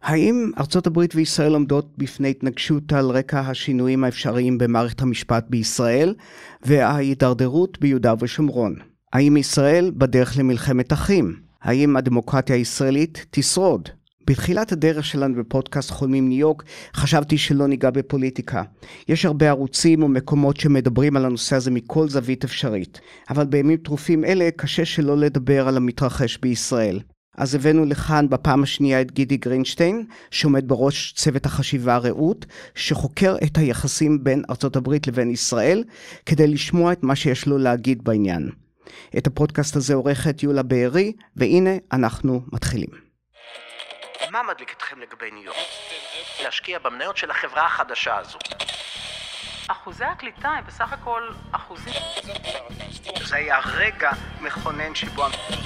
האם ארצות הברית וישראל עומדות בפני התנגשות על רקע השינויים האפשריים במערכת המשפט בישראל וההידרדרות ביהודה ושומרון? האם ישראל בדרך למלחמת אחים? האם הדמוקרטיה הישראלית תשרוד? בתחילת הדרך שלנו בפודקאסט חולמים ניו יורק חשבתי שלא ניגע בפוליטיקה. יש הרבה ערוצים ומקומות שמדברים על הנושא הזה מכל זווית אפשרית. אבל בימים טרופים אלה קשה שלא לדבר על המתרחש בישראל. אז הבאנו לכאן בפעם השנייה את גידי גרינשטיין, שעומד בראש צוות החשיבה הרעות, שחוקר את היחסים בין ארצות הברית לבין ישראל, כדי לשמוע את מה שיש לו להגיד בעניין. את הפודקאסט הזה עורכת יולה בארי, והנה אנחנו מתחילים. מה מדליק אתכם לגבי ניו יורק? להשקיע במניות של החברה החדשה הזו. אחוזי הקליטה הם בסך הכל אחוזים. זה היה רגע מכונן שבו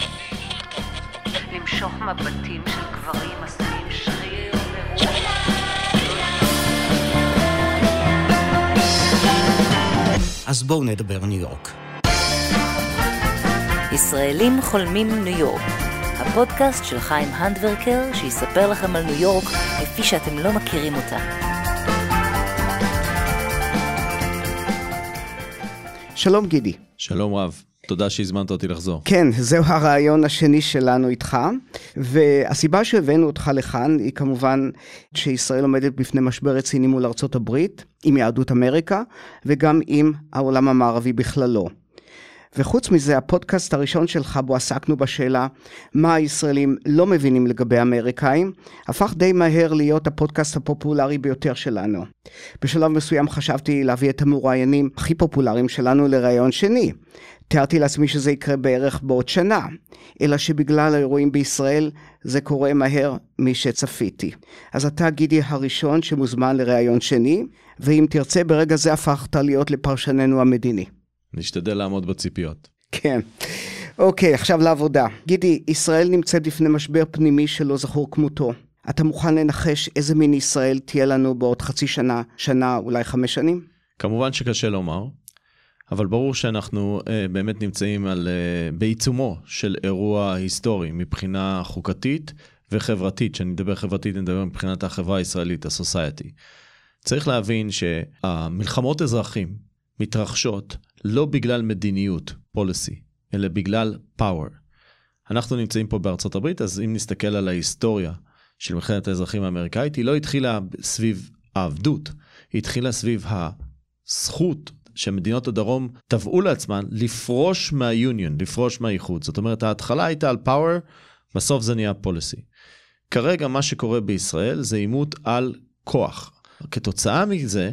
למשוך מבטים של גברים עשויים שריר ורוח. אז בואו נדבר ניו יורק. ישראלים חולמים ניו יורק. הפודקאסט של חיים הנדברקר שיספר לכם על ניו יורק כפי שאתם לא מכירים אותה. שלום גידי. שלום רב. תודה שהזמנת אותי לחזור. כן, זהו הרעיון השני שלנו איתך, והסיבה שהבאנו אותך לכאן היא כמובן שישראל עומדת בפני משבר רציני מול ארצות הברית, עם יהדות אמריקה, וגם עם העולם המערבי בכללו. וחוץ מזה, הפודקאסט הראשון שלך בו עסקנו בשאלה מה הישראלים לא מבינים לגבי האמריקאים, הפך די מהר להיות הפודקאסט הפופולרי ביותר שלנו. בשלב מסוים חשבתי להביא את המוראיינים הכי פופולריים שלנו לראיון שני. תיארתי לעצמי שזה יקרה בערך בעוד שנה, אלא שבגלל האירועים בישראל זה קורה מהר משצפיתי. אז אתה גידי הראשון שמוזמן לראיון שני, ואם תרצה ברגע זה הפכת להיות לפרשננו המדיני. נשתדל לעמוד בציפיות. כן. אוקיי, עכשיו לעבודה. גידי, ישראל נמצאת לפני משבר פנימי שלא זכור כמותו. אתה מוכן לנחש איזה מין ישראל תהיה לנו בעוד חצי שנה, שנה, אולי 5 שנים? כמובן שקשה לומר, אבל ברור שאנחנו באמת נמצאים בעיצומו של אירוע היסטורי מבחינה חוקתית וחברתית. כשאני מדבר חברתית, אני מדבר מבחינת החברה הישראלית, הסוסייטי. צריך להבין שהמלחמות אזרחים מתרחשות לא בגלל מדיניות, policy, אלא בגלל power. אנחנו נמצאים פה בארצות הברית, אז אם נסתכל על ההיסטוריה של מלחמת האזרחים האמריקאית, היא לא התחילה סביב העבדות, היא התחילה סביב הזכות שמדינות הדרום טבעו לעצמן לפרוש מהיוניון, לפרוש מהאיחוד. זאת אומרת, ההתחלה הייתה על power, בסוף זה נהיה policy. כרגע מה שקורה בישראל זה אימות על כוח. כתוצאה מזה,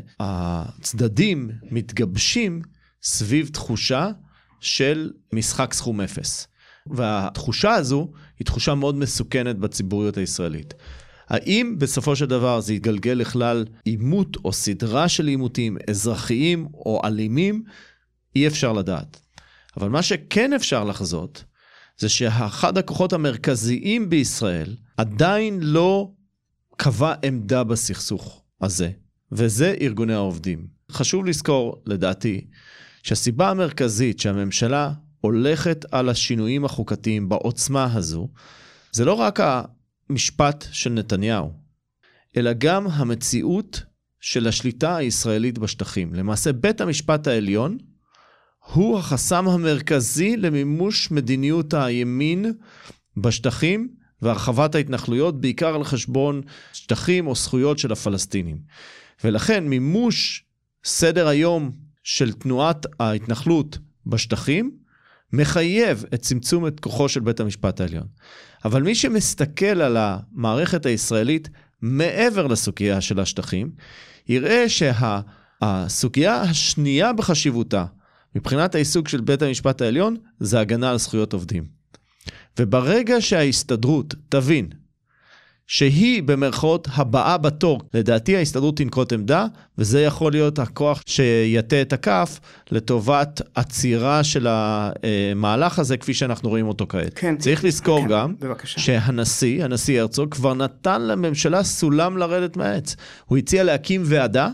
הצדדים מתגבשים סביב תחושה של משחק סכום אפס. והתחושה הזו היא תחושה מאוד מסוכנת בציבוריות הישראלית. האם בסופו של דבר זה יתגלגל לכלל אימות או סדרה של אימותים אזרחיים או אלימים, אי אפשר לדעת. אבל מה שכן אפשר לחזות, זה שאחד הכוחות המרכזיים בישראל עדיין לא קבע עמדה בסכסוך הזה, וזה ארגוני העובדים. חשוב לזכור, לדעתי, שהסיבה המרכזית שהממשלה הולכת על השינויים החוקתיים בעוצמה הזו, זה לא רק המשפט של נתניהו, אלא גם המציאות של השליטה הישראלית בשטחים. למעשה, בית המשפט העליון הוא החסם המרכזי למימוש מדיניות הימין בשטחים, והרחבת ההתנחלויות בעיקר על חשבון שטחים או זכויות של הפלסטינים. ולכן מימוש סדר היום של תנועת ההתנחלות בשטחים, מחייב את צמצום את כוחו של בית המשפט העליון. אבל מי שמסתכל על המערכת הישראלית מעבר לסוגיה של השטחים, יראה שהסוגיה השנייה בחשיבותה, מבחינת העיסוק של בית המשפט העליון, זה הגנה על זכויות עובדים. וברגע שההסתדרות תבין שהיא במרכאות הבאה בתור, לדעתי ההסתדרות תנקוט עמדה, וזה יכול להיות הכוח שיתה את הכף לטובת עצירה של המהלך הזה, כפי שאנחנו רואים אותו כעת. כן, צריך לזכור כן, גם בבקשה. הנשיא הרצוג כבר נתן לממשלה סולם לרדת מהעץ. הוא הציע להקים ועדה,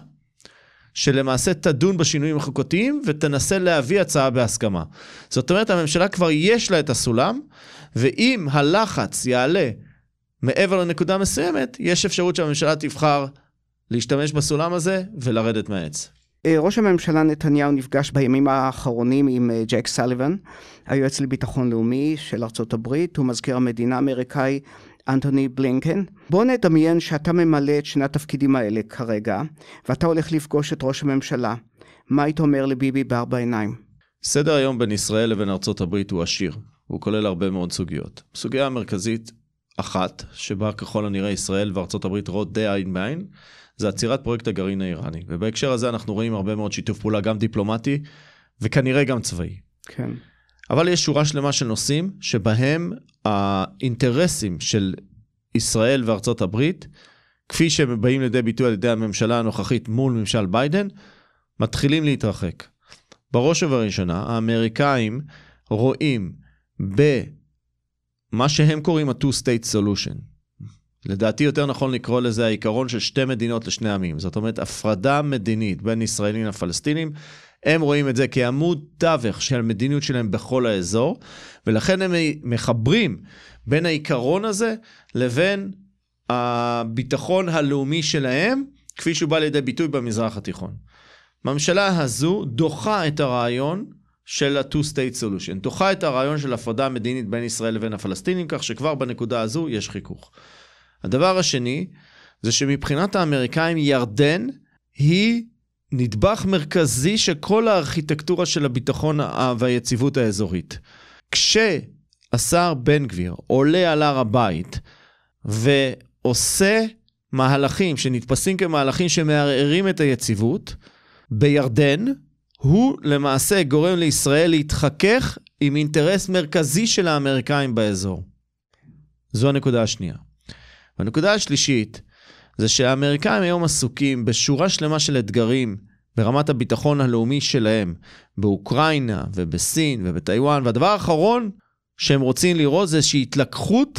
שלמעשה תדון בשינויים החוקתיים, ותנסה להביא הצעה בהסכמה. זאת אומרת, הממשלה כבר יש לה את הסולם, ואם הלחץ יעלה מעבר לנקודה מסוימת, יש אפשרות שהממשלה תבחר להשתמש בסולם הזה ולרדת מהעץ. ראש הממשלה נתניהו נפגש בימים האחרונים עם ג'ק סליבן, היועץ לביטחון לאומי של ארצות הברית, ומזכיר המדינה האמריקאי אנטוני בלינקן. בוא נדמיין שאתה ממלא את שני התפקידים האלה כרגע, ואתה הולך לפגוש את ראש הממשלה. מה היית אומר לביבי בארבע עיניים? סדר היום בין ישראל לבין ארצות הברית הוא עשיר, הוא כולל הרבה מאוד סוגיות. סוגיה המרכזית אחת, שבה ככל הנראה ישראל וארצות הברית רואות די עין בעין, זה עצירת פרויקט הגרעין האיראני. ובהקשר הזה אנחנו רואים הרבה מאוד שיתוף פעולה, גם דיפלומטי, וכנראה גם צבאי. כן. אבל יש שורה שלמה של נושאים, שבהם האינטרסים של ישראל וארצות הברית, כפי שהם באים לידי ביטוי על ידי הממשלה הנוכחית מול ממשל ביידן, מתחילים להתרחק. בראש ובראשונה, האמריקאים רואים במה שהם קוראים ה-two-state solution. לדעתי יותר נכון לקרוא לזה העיקרון של שתי מדינות לשני עמים. זאת אומרת, הפרדה מדינית בין ישראלים לפלסטינים, הם רואים את זה כעמוד תווך של המדיניות שלהם בכל האזור, ולכן הם מחברים בין העיקרון הזה לבין הביטחון הלאומי שלהם, כפי שהוא בא לידי ביטוי במזרח התיכון. הממשלה הזו דוחה את הרעיון של ה-two-state solution, דוחה את הרעיון של הפרדה מדינית בין ישראל לבין הפלסטינים, כך שכבר בנקודה הזו יש חיכוך. הדבר השני, זה שמבחינת האמריקאים, ירדן היא נדבך מרכזי של כל הארכיטקטורה של הביטחון והיציבות האזורית. כשהשר בן גביר עולה על הר הבית, ועושה מהלכים שנתפסים כמהלכים שמערערים את היציבות, בירדן, הוא למעשה גורם לישראל להתחכך עם אינטרס מרכזי של האמריקאים באזור. זו הנקודה השנייה. והנקודה השלישית, זה שהאמריקאים היום עסוקים בשורה שלמה של אתגרים ברמת הביטחון הלאומי שלהם, באוקראינה ובסין ובטיואן, והדבר האחרון שהם רוצים לראות זה שהתלקחות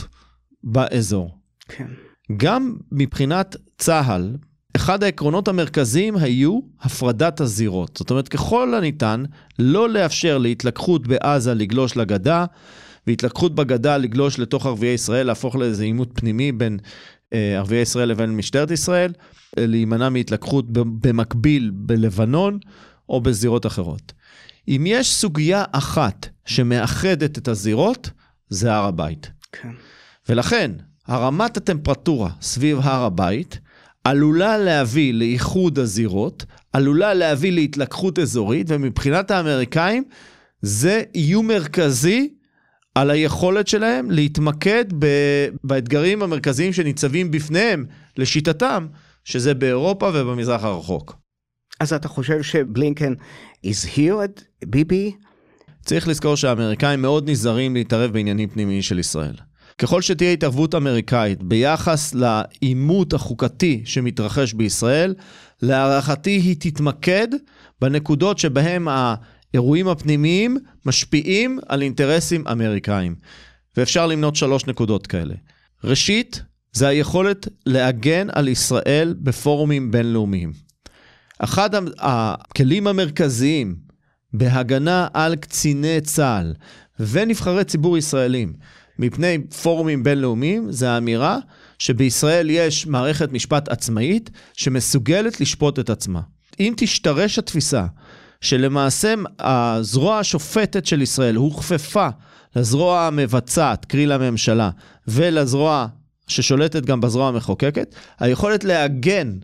באזור. כן. גם מבחינת צה"ל, אחד העקרונות המרכזיים היו הפרדת הזירות. זאת אומרת, ככל הניתן, לא לאפשר להתלקחות בעזה לגלוש לגדה, והתלקחות בגדה לגלוש לתוך ערביי ישראל, להפוך לאיזה עימות פנימי בין ערביי ישראל לבין משטרת ישראל, להימנע מהתלקחות במקביל בלבנון או בזירות אחרות. אם יש סוגיה אחת שמאחדת את הזירות, זה הר הבית. כן. ולכן, הרמת הטמפרטורה סביב הר הבית, עלולה להביא לאיחוד הזירות, עלולה להביא להתלקחות אזורית, ומבחינת האמריקאים, זה איום מרכזי על היכולת שלהם להתמקד באתגרים המרכזיים שניצבים בפניהם, לשיטתם, שזה באירופה ובמזרח הרחוק. אז אתה חושב שבלינקן הזהיר את ביבי? צריך לזכור שהאמריקאים מאוד נזהרים להתערב בעניינים פנימיים של ישראל. ככל שתהיה התערבות אמריקאית ביחס לעימות החוקתי שמתרחש בישראל, להערכתי היא תתמקד בנקודות שבהם האירועים הפנימיים משפיעים על אינטרסים אמריקאים. ואפשר למנות 3 נקודות כאלה. ראשית, זה היכולת להגן על ישראל בפורומים בינלאומיים. אחד הכלים המרכזיים בהגנה על קציני צה"ל ונבחרי ציבור ישראלים מפני פורומים בינלאומיים, זה האמירה שבישראל יש מערכת משפט עצמאית שמסוגלת לשפוט את עצמה. אם תשתרש התפיסה שלמעשה הזרוע השופטת של ישראל הוכפפה לזרוע המבצעת, קרי לממשלה, ולזרוע ששולטת גם בזרוע המחוקקת, היכולת להגן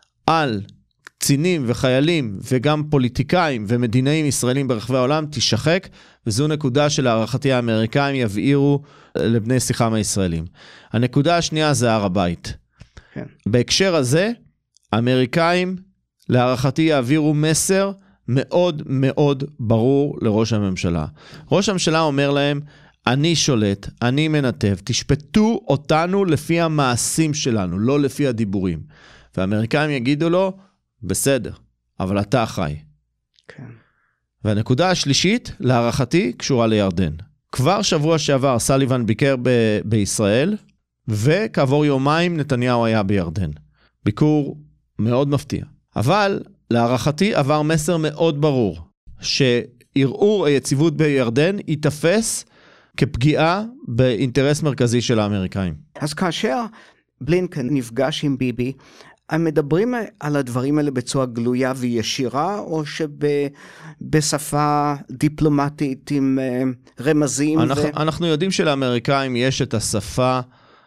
על קצינים וחיילים וגם פוליטיקאים ומדינאים ישראלים ברחבי העולם תשחק, וזו נקודה שלהערכתי האמריקאים יבעירו לבני שיחה מהישראלים. הנקודה השנייה זה הר הבית. כן. בהקשר הזה, האמריקאים להערכתי יעבירו מסר מאוד מאוד ברור לראש הממשלה. ראש הממשלה אומר להם, אני שולט, אני מנתב, תשפטו אותנו לפי המעשים שלנו, לא לפי הדיבורים. והאמריקאים יגידו לו, בסדר, אבל אתה אחראי. כן. והנקודה השלישית, להערכתי, קשורה לירדן. כבר שבוע שעבר סליבן ביקר בישראל, וכעבור יומיים נתניהו היה בירדן. ביקור מאוד מפתיע. אבל להערכתי עבר מסר מאוד ברור, שערעור היציבות בירדן יתפס כפגיעה באינטרס מרכזי של האמריקאים. אז כאשר בלינקן נפגש עם ביבי, הם מדברים על הדברים האלה בצורה גלויה וישירה, או שבשפה דיפלומטית עם רמזים? אנחנו יודעים שלאמריקאים יש את השפה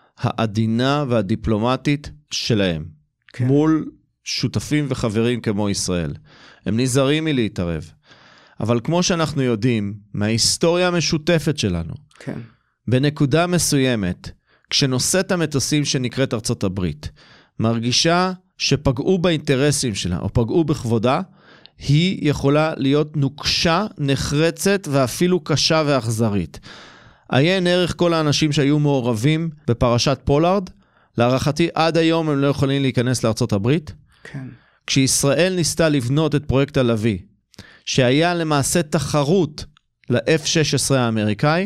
העדינה והדיפלומטית שלהם, כן. מול שותפים וחברים כמו ישראל. הם נזהרים מלהתערב. אבל כמו שאנחנו יודעים, מההיסטוריה המשותפת שלנו, כן. בנקודה מסוימת, כשנושאת המטוסים שנקראת ארצות הברית, מרגישה שפגעו באינטרסים שלה, או פגעו בכבודה, היא יכולה להיות נוקשה, נחרצת, ואפילו קשה ואכזרית. עיין ערך כל האנשים שהיו מעורבים בפרשת פולארד, להערכתי עד היום הם לא יכולים להיכנס לארצות הברית. כן. כשישראל ניסתה לבנות את פרויקט הלוי, שהיה למעשה תחרות ל-F-16 האמריקאי,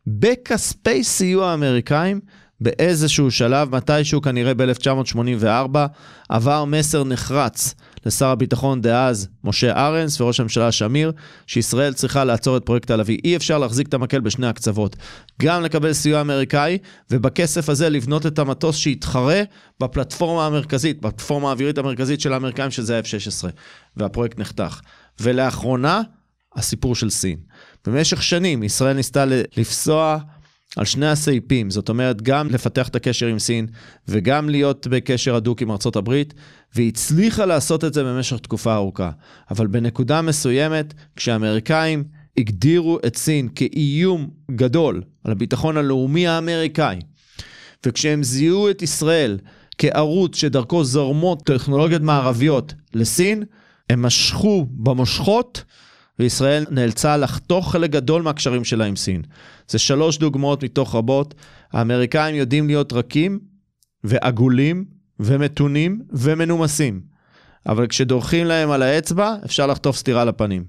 בכספי סיוע האמריקאים, באיזשהו שלב, מתישהו כנראה ב-1984, עבר מסר נחרץ לשר הביטחון דאז משה ארנס וראש הממשלה שמיר, שישראל צריכה לעצור את פרויקט הלוי. אי אפשר להחזיק את המקל בשני הקצוות. גם לקבל סיוע אמריקאי, ובכסף הזה לבנות את המטוס שיתחרה בפלטפורמה המרכזית, בפלטפורמה האווירית המרכזית של האמריקאים, שזה ה-F-16. והפרויקט נחתך. ולאחרונה, הסיפור של סין. במשך שנים, ישראל ניסתה לפסוע על שני הסעיפים, זאת אומרת, גם לפתח את הקשר עם סין, וגם להיות בקשר הדוק עם ארצות הברית, והצליחה לעשות את זה במשך תקופה ארוכה. אבל בנקודה מסוימת, כשהאמריקאים הגדירו את סין כאיום גדול על הביטחון הלאומי האמריקאי, וכשהם זיהו את ישראל כערוץ שדרכו זורמות טכנולוגיות מערביות לסין, הם משכו במושכות, וישראל נאלצה לחתוך חלק גדול מהקשרים שלה עם סין. זה 3 דוגמאות מתוך רבות. האמריקאים יודעים להיות רכים ועגולים ומתונים ומנומסים. אבל כשדורכים להם על האצבע, אפשר לחטוף סתירה לפנים.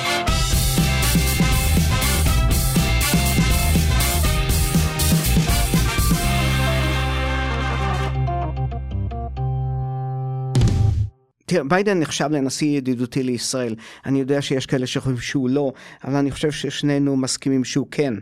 תראה, ביידן נחשב לנשיא ידידותי לישראל. אני יודע שיש כאלה שחושבים שהוא לא, אבל אני חושב ששנינו מסכימים שהוא כן.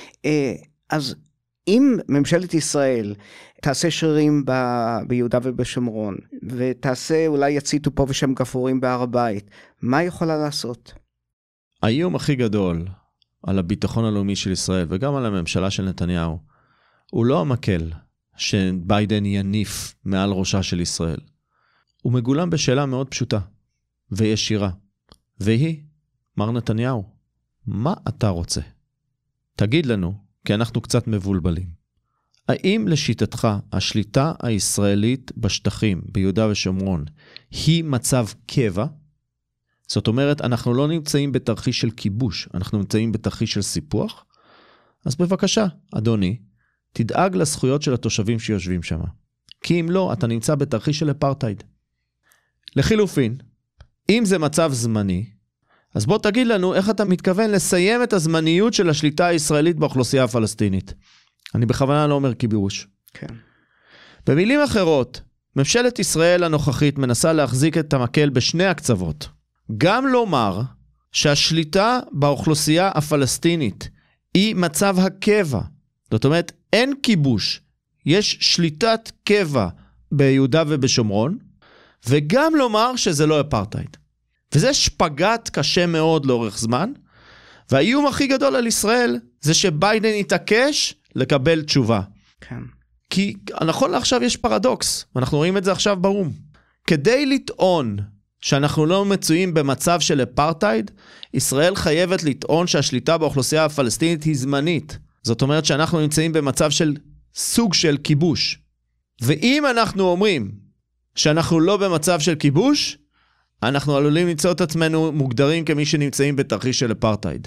אז אם ממשלת ישראל תעשה שרירים ביהודה ובשומרון, ותעשה אולי יציתו פה ושם גפרורים בהר הבית, מה היא יכולה לעשות? האיום הכי גדול על הביטחון הלאומי של ישראל, וגם על הממשלה של נתניהו, הוא לא המקל שביידן יניף מעל ראשה של ישראל. הוא מגולם בשאלה מאוד פשוטה וישירה, והיא, מר נתניהו, מה אתה רוצה? תגיד לנו, כי אנחנו קצת מבולבלים. האם לשיטתך השליטה הישראלית בשטחים, ביהודה ושומרון, היא מצב קבע? זאת אומרת, אנחנו לא נמצאים בתרחיש של כיבוש, אנחנו נמצאים בתרחיש של סיפוח? אז בבקשה, אדוני, תדאג לזכויות של התושבים שיושבים שם. כי אם לא, אתה נמצא בתרחיש של אפרטייד. לחילופין, אם זה מצב זמני, אז בוא תגיד לנו איך אתה מתכוון לסיים את הזמניות של השליטה הישראלית באוכלוסייה הפלסטינית. אני בכוונה לא אומר כיבוש. כן. במילים אחרות, ממשלת ישראל הנוכחית מנסה להחזיק את המקל בשני הקצוות. גם לומר שהשליטה באוכלוסייה הפלסטינית היא מצב הקבע. זאת אומרת, אין כיבוש. יש שליטת קבע ביהודה ובשומרון, וגם לומר שזה לא אפרטייד. וזה שפגת קשה מאוד לאורך זמן, והאיום הכי גדול על ישראל זה שביידן יתעקש לקבל תשובה. כן. כי נכון לעכשיו יש פרדוקס, ואנחנו רואים את זה עכשיו באום. כדי לטעון שאנחנו לא מצויים במצב של אפרטייד, ישראל חייבת לטעון שהשליטה באוכלוסייה הפלסטינית היא זמנית. זאת אומרת שאנחנו נמצאים במצב של סוג של כיבוש. ואם אנחנו אומרים שאנחנו לא במצב של כיבוש, אנחנו עלולים למצוא את עצמנו מוגדרים כמי שנמצאים בתרחיש של אפרטייד.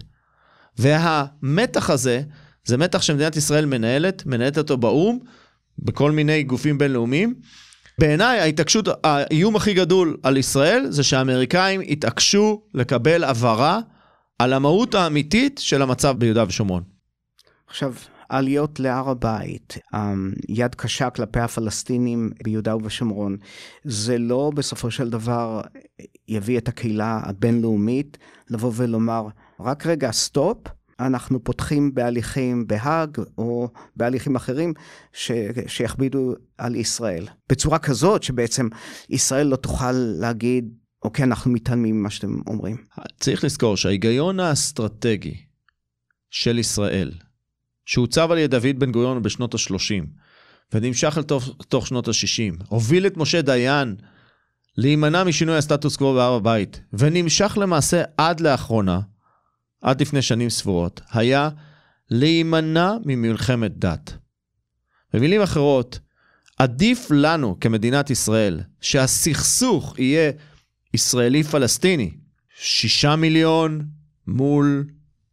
והמתח הזה, זה מתח שמדינת ישראל מנהלת אותו באום, בכל מיני גופים בינלאומיים. בעיניי, ההתעקשות, האיום הכי גדול על ישראל, זה שהאמריקאים התעקשו לקבל הבהרה על המהות האמיתית של המצב ביהודה ושומרון. עכשיו, עליות להר הבית, יד קשה כלפי הפלסטינים ביהודה ובשומרון, זה לא בסופו של דבר יביא את הקהילה הבינלאומית לבוא ולומר, רק רגע, סטופ, אנחנו פותחים בהליכים בהאג או בהליכים אחרים שיכבידו על ישראל. בצורה כזאת שבעצם ישראל לא תוכל להגיד, אוקיי, אנחנו מתעלמים ממה שאתם אומרים. צריך לזכור שההיגיון האסטרטגי של ישראל, שהוצב על ידי דוד בן גוריון בשנות ה-30, ונמשך לתוך שנות ה-60, הוביל את משה דיין להימנע משינוי הסטטוס קוו בהר הבית, ונמשך למעשה עד לאחרונה, עד לפני שנים ספורות, היה להימנע ממלחמת דת. במילים אחרות, עדיף לנו כמדינת ישראל, שהסכסוך יהיה ישראלי-פלסטיני, 6 מיליון מול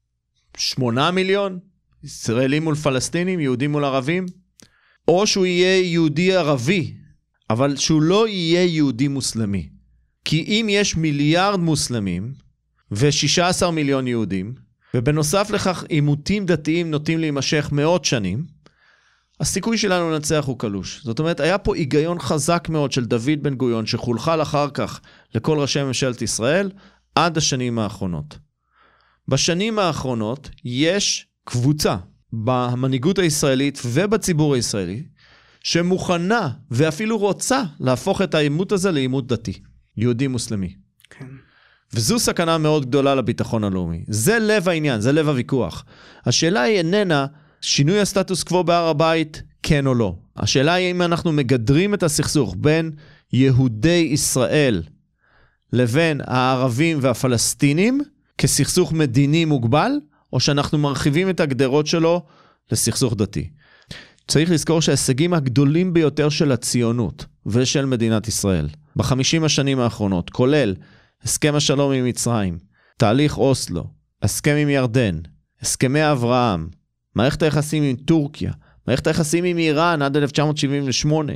8 מיליון, ישראלים מול פלסטינים, יהודים מול ערבים, או שהוא יהיה יהודי-ערבי, אבל שהוא לא יהיה יהודי-מוסלמי. כי אם יש מיליארד מוסלמים, ו16 מיליון יהודים, ובנוסף לכך עימותים דתיים נוטים להימשך מאות שנים, הסיכוי שלנו לנצח הוא קלוש. זאת אומרת, היה פה היגיון חזק מאוד של דוד בן גוריון, שחולחל אחר כך לכל ראשי ממשלת ישראל, עד השנים האחרונות. בשנים האחרונות יש קבוצה במנהיגות הישראלית ובציבור הישראלי, שמוכנה ואפילו רוצה להפוך את העימות הזה לעימות דתי, יהודי-מוסלמי. כן. וזו סכנה מאוד גדולה לביטחון הלאומי. זה לב העניין, זה לב הוויכוח. השאלה היא איננה שינוי הסטטוס קוו בהר הבית, כן או לא. השאלה היא אם אנחנו מגדרים את הסכסוך בין יהודי ישראל לבין הערבים והפלסטינים כסכסוך מדיני מוגבל, או שאנחנו מרחיבים את הגדרות שלו לסכסוך דתי. צריך לזכור שההישגים הגדולים ביותר של הציונות ושל מדינת ישראל, ב50 השנים האחרונות, כולל הסכם השלום עם מצרים, תהליך אוסלו, הסכם עם ירדן, הסכמי אברהם, מערכת היחסים עם טורקיה, מערכת היחסים עם איראן עד 1978,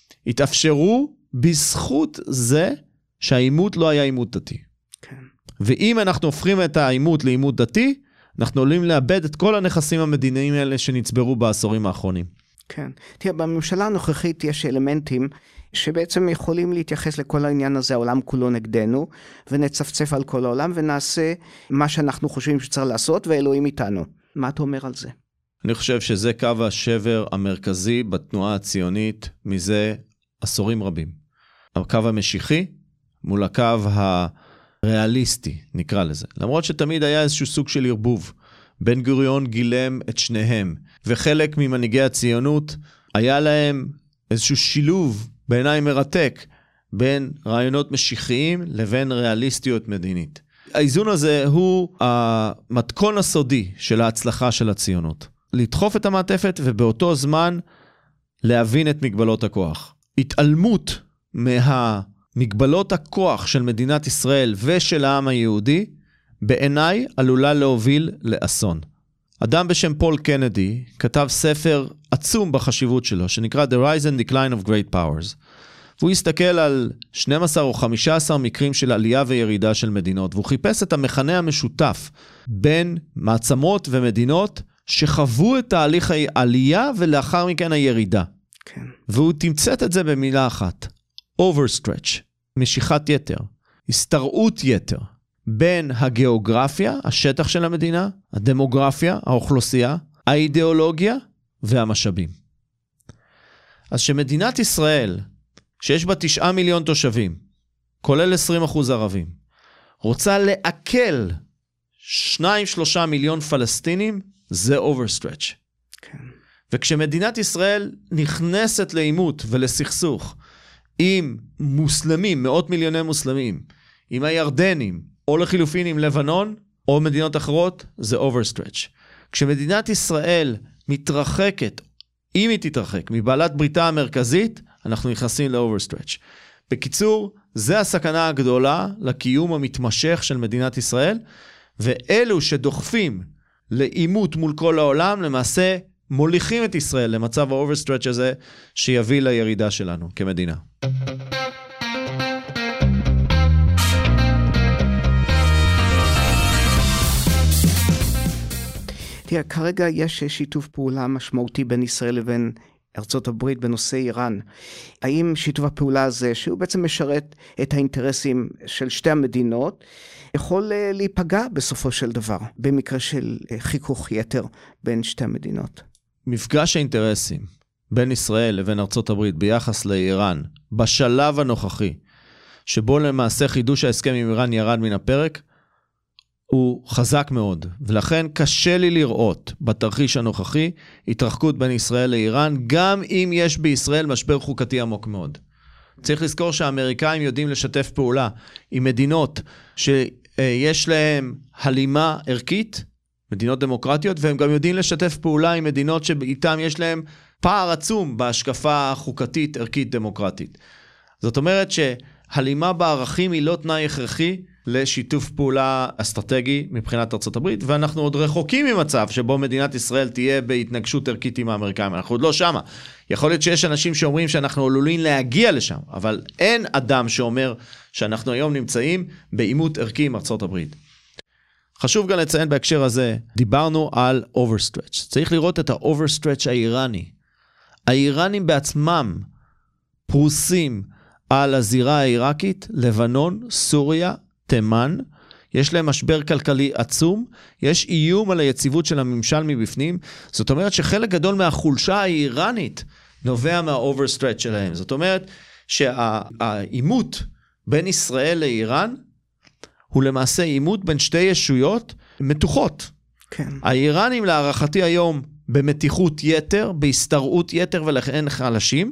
התאפשרו בזכות זה שהעימות לא היה עימות דתי. כן. ואם אנחנו הופכים את העימות לעימות דתי, אנחנו עולים לאבד את כל הנכסים המדיניים האלה שנצברו בעשורים האחרונים. כן. תראה, בממשלה הנוכחית יש אלמנטים שבעצם יכולים להתייחס לכל העניין הזה, העולם כולו נגדנו, ונצפצף על כל העולם, ונעשה מה שאנחנו חושבים שצריך לעשות, ואלוהים איתנו. מה אתה אומר על זה? אני חושב שזה קו השבר המרכזי בתנועה הציונית מזה עשורים רבים. הקו המשיחי מול הקו הריאליסטי, נקרא לזה. למרות שתמיד היה איזשהו סוג של ערבוב. בן גוריון גילם את שניהם, וחלק ממנהיגי הציונות היה להם איזשהו שילוב בעיניי מרתק בין רעיונות משיחיים לבין ריאליסטיות מדינית. האיזון הזה הוא המתכון הסודי של ההצלחה של הציונות. לדחוף את המעטפת ובאותו זמן להבין את מגבלות הכוח. התעלמות מהמגבלות הכוח של מדינת ישראל ושל העם היהודי, בעיניי עלולה להוביל לאסון. אדם בשם פול קנדי כתב ספר עצום בחשיבות שלו, שנקרא The Rise and Decline of Great Powers. והוא הסתכל על 12 או 15 מקרים של עלייה וירידה של מדינות, והוא חיפש את המכנה המשותף בין מעצמות ומדינות שחוו את תהליך העלייה ולאחר מכן הירידה. כן. והוא תמצת את זה במילה אחת. Overstretch, משיכת יתר, הסתרעות יתר, בין הגיאוגרפיה, השטח של המדינה, הדמוגרפיה, האוכלוסייה, האידיאולוגיה והמשאבים. אז שמדינת ישראל, שיש בה 9 מיליון תושבים, כולל 20% ערבים, רוצה לעכל 2-3 מיליון פלסטינים, זה overstretch. כן. וכשמדינת ישראל נכנסת לעימות ולסכסוך עם מוסלמים, מאות מיליוני מוסלמים, עם הירדנים, או לחילופין עם לבנון, או מדינות אחרות, זה overstretch. כשמדינת ישראל מתרחקת, אם היא תתרחק, מבעלת בריתה המרכזית, אנחנו נכנסים ל-overstretch. בקיצור, זה הסכנה הגדולה לקיום המתמשך של מדינת ישראל, ואלו שדוחפים לעימות מול כל העולם, למעשה מוליכים את ישראל למצב ה-overstretch הזה, שיביא לירידה שלנו כמדינה. תראה, כרגע יש שיתוף פעולה משמעותי בין ישראל לבין ארצות הברית בנושא איראן. האם שיתוף הפעולה הזה, שהוא בעצם משרת את האינטרסים של שתי המדינות, יכול להיפגע בסופו של דבר, במקרה של חיכוך יתר בין שתי המדינות? מפגש האינטרסים בין ישראל לבין ארצות הברית ביחס לאיראן, בשלב הנוכחי, שבו למעשה חידוש ההסכם עם איראן ירד מן הפרק, הוא חזק מאוד, ולכן קשה לי לראות בתרחיש הנוכחי התרחקות בין ישראל לאיראן, גם אם יש בישראל משבר חוקתי עמוק מאוד. צריך לזכור שהאמריקאים יודעים לשתף פעולה עם מדינות שיש להם הלימה ערכית, מדינות דמוקרטיות, והם גם יודעים לשתף פעולה עם מדינות שאיתם יש להם פער עצום בהשקפה חוקתית, ערכית, דמוקרטית. זאת אומרת שהלימה בערכים היא לא תנאי הכרחי לשיתוף פעולה אסטרטגי מבחינת ארצות הברית, ואנחנו עוד רחוקים ממצב שבו מדינת ישראל תהיה בהתנגשות ערכית עם האמריקאים. אנחנו עוד לא שמה. יכול להיות שיש אנשים שאומרים שאנחנו עלולים להגיע לשם, אבל אין אדם שאומר שאנחנו היום נמצאים בעימות ערכי עם ארצות הברית. חשוב גם לציין בהקשר הזה, דיברנו על overstretch. צריך לראות את ה-overstretch האיראני. האיראנים בעצמם פרוסים על הזירה העיראקית, לבנון, סוריה, תימן, יש להם משבר כלכלי עצום, יש איום על היציבות של הממשל מבפנים, זאת אומרת שחלק גדול מהחולשה האיראנית נובע מה-overstretch שלהם. זאת אומרת שהעימות בין ישראל לאיראן, הוא למעשה עימות בין שתי ישויות מתוחות. כן. האיראנים להערכתי היום במתיחות יתר, בהסתרעות יתר ולכן חלשים.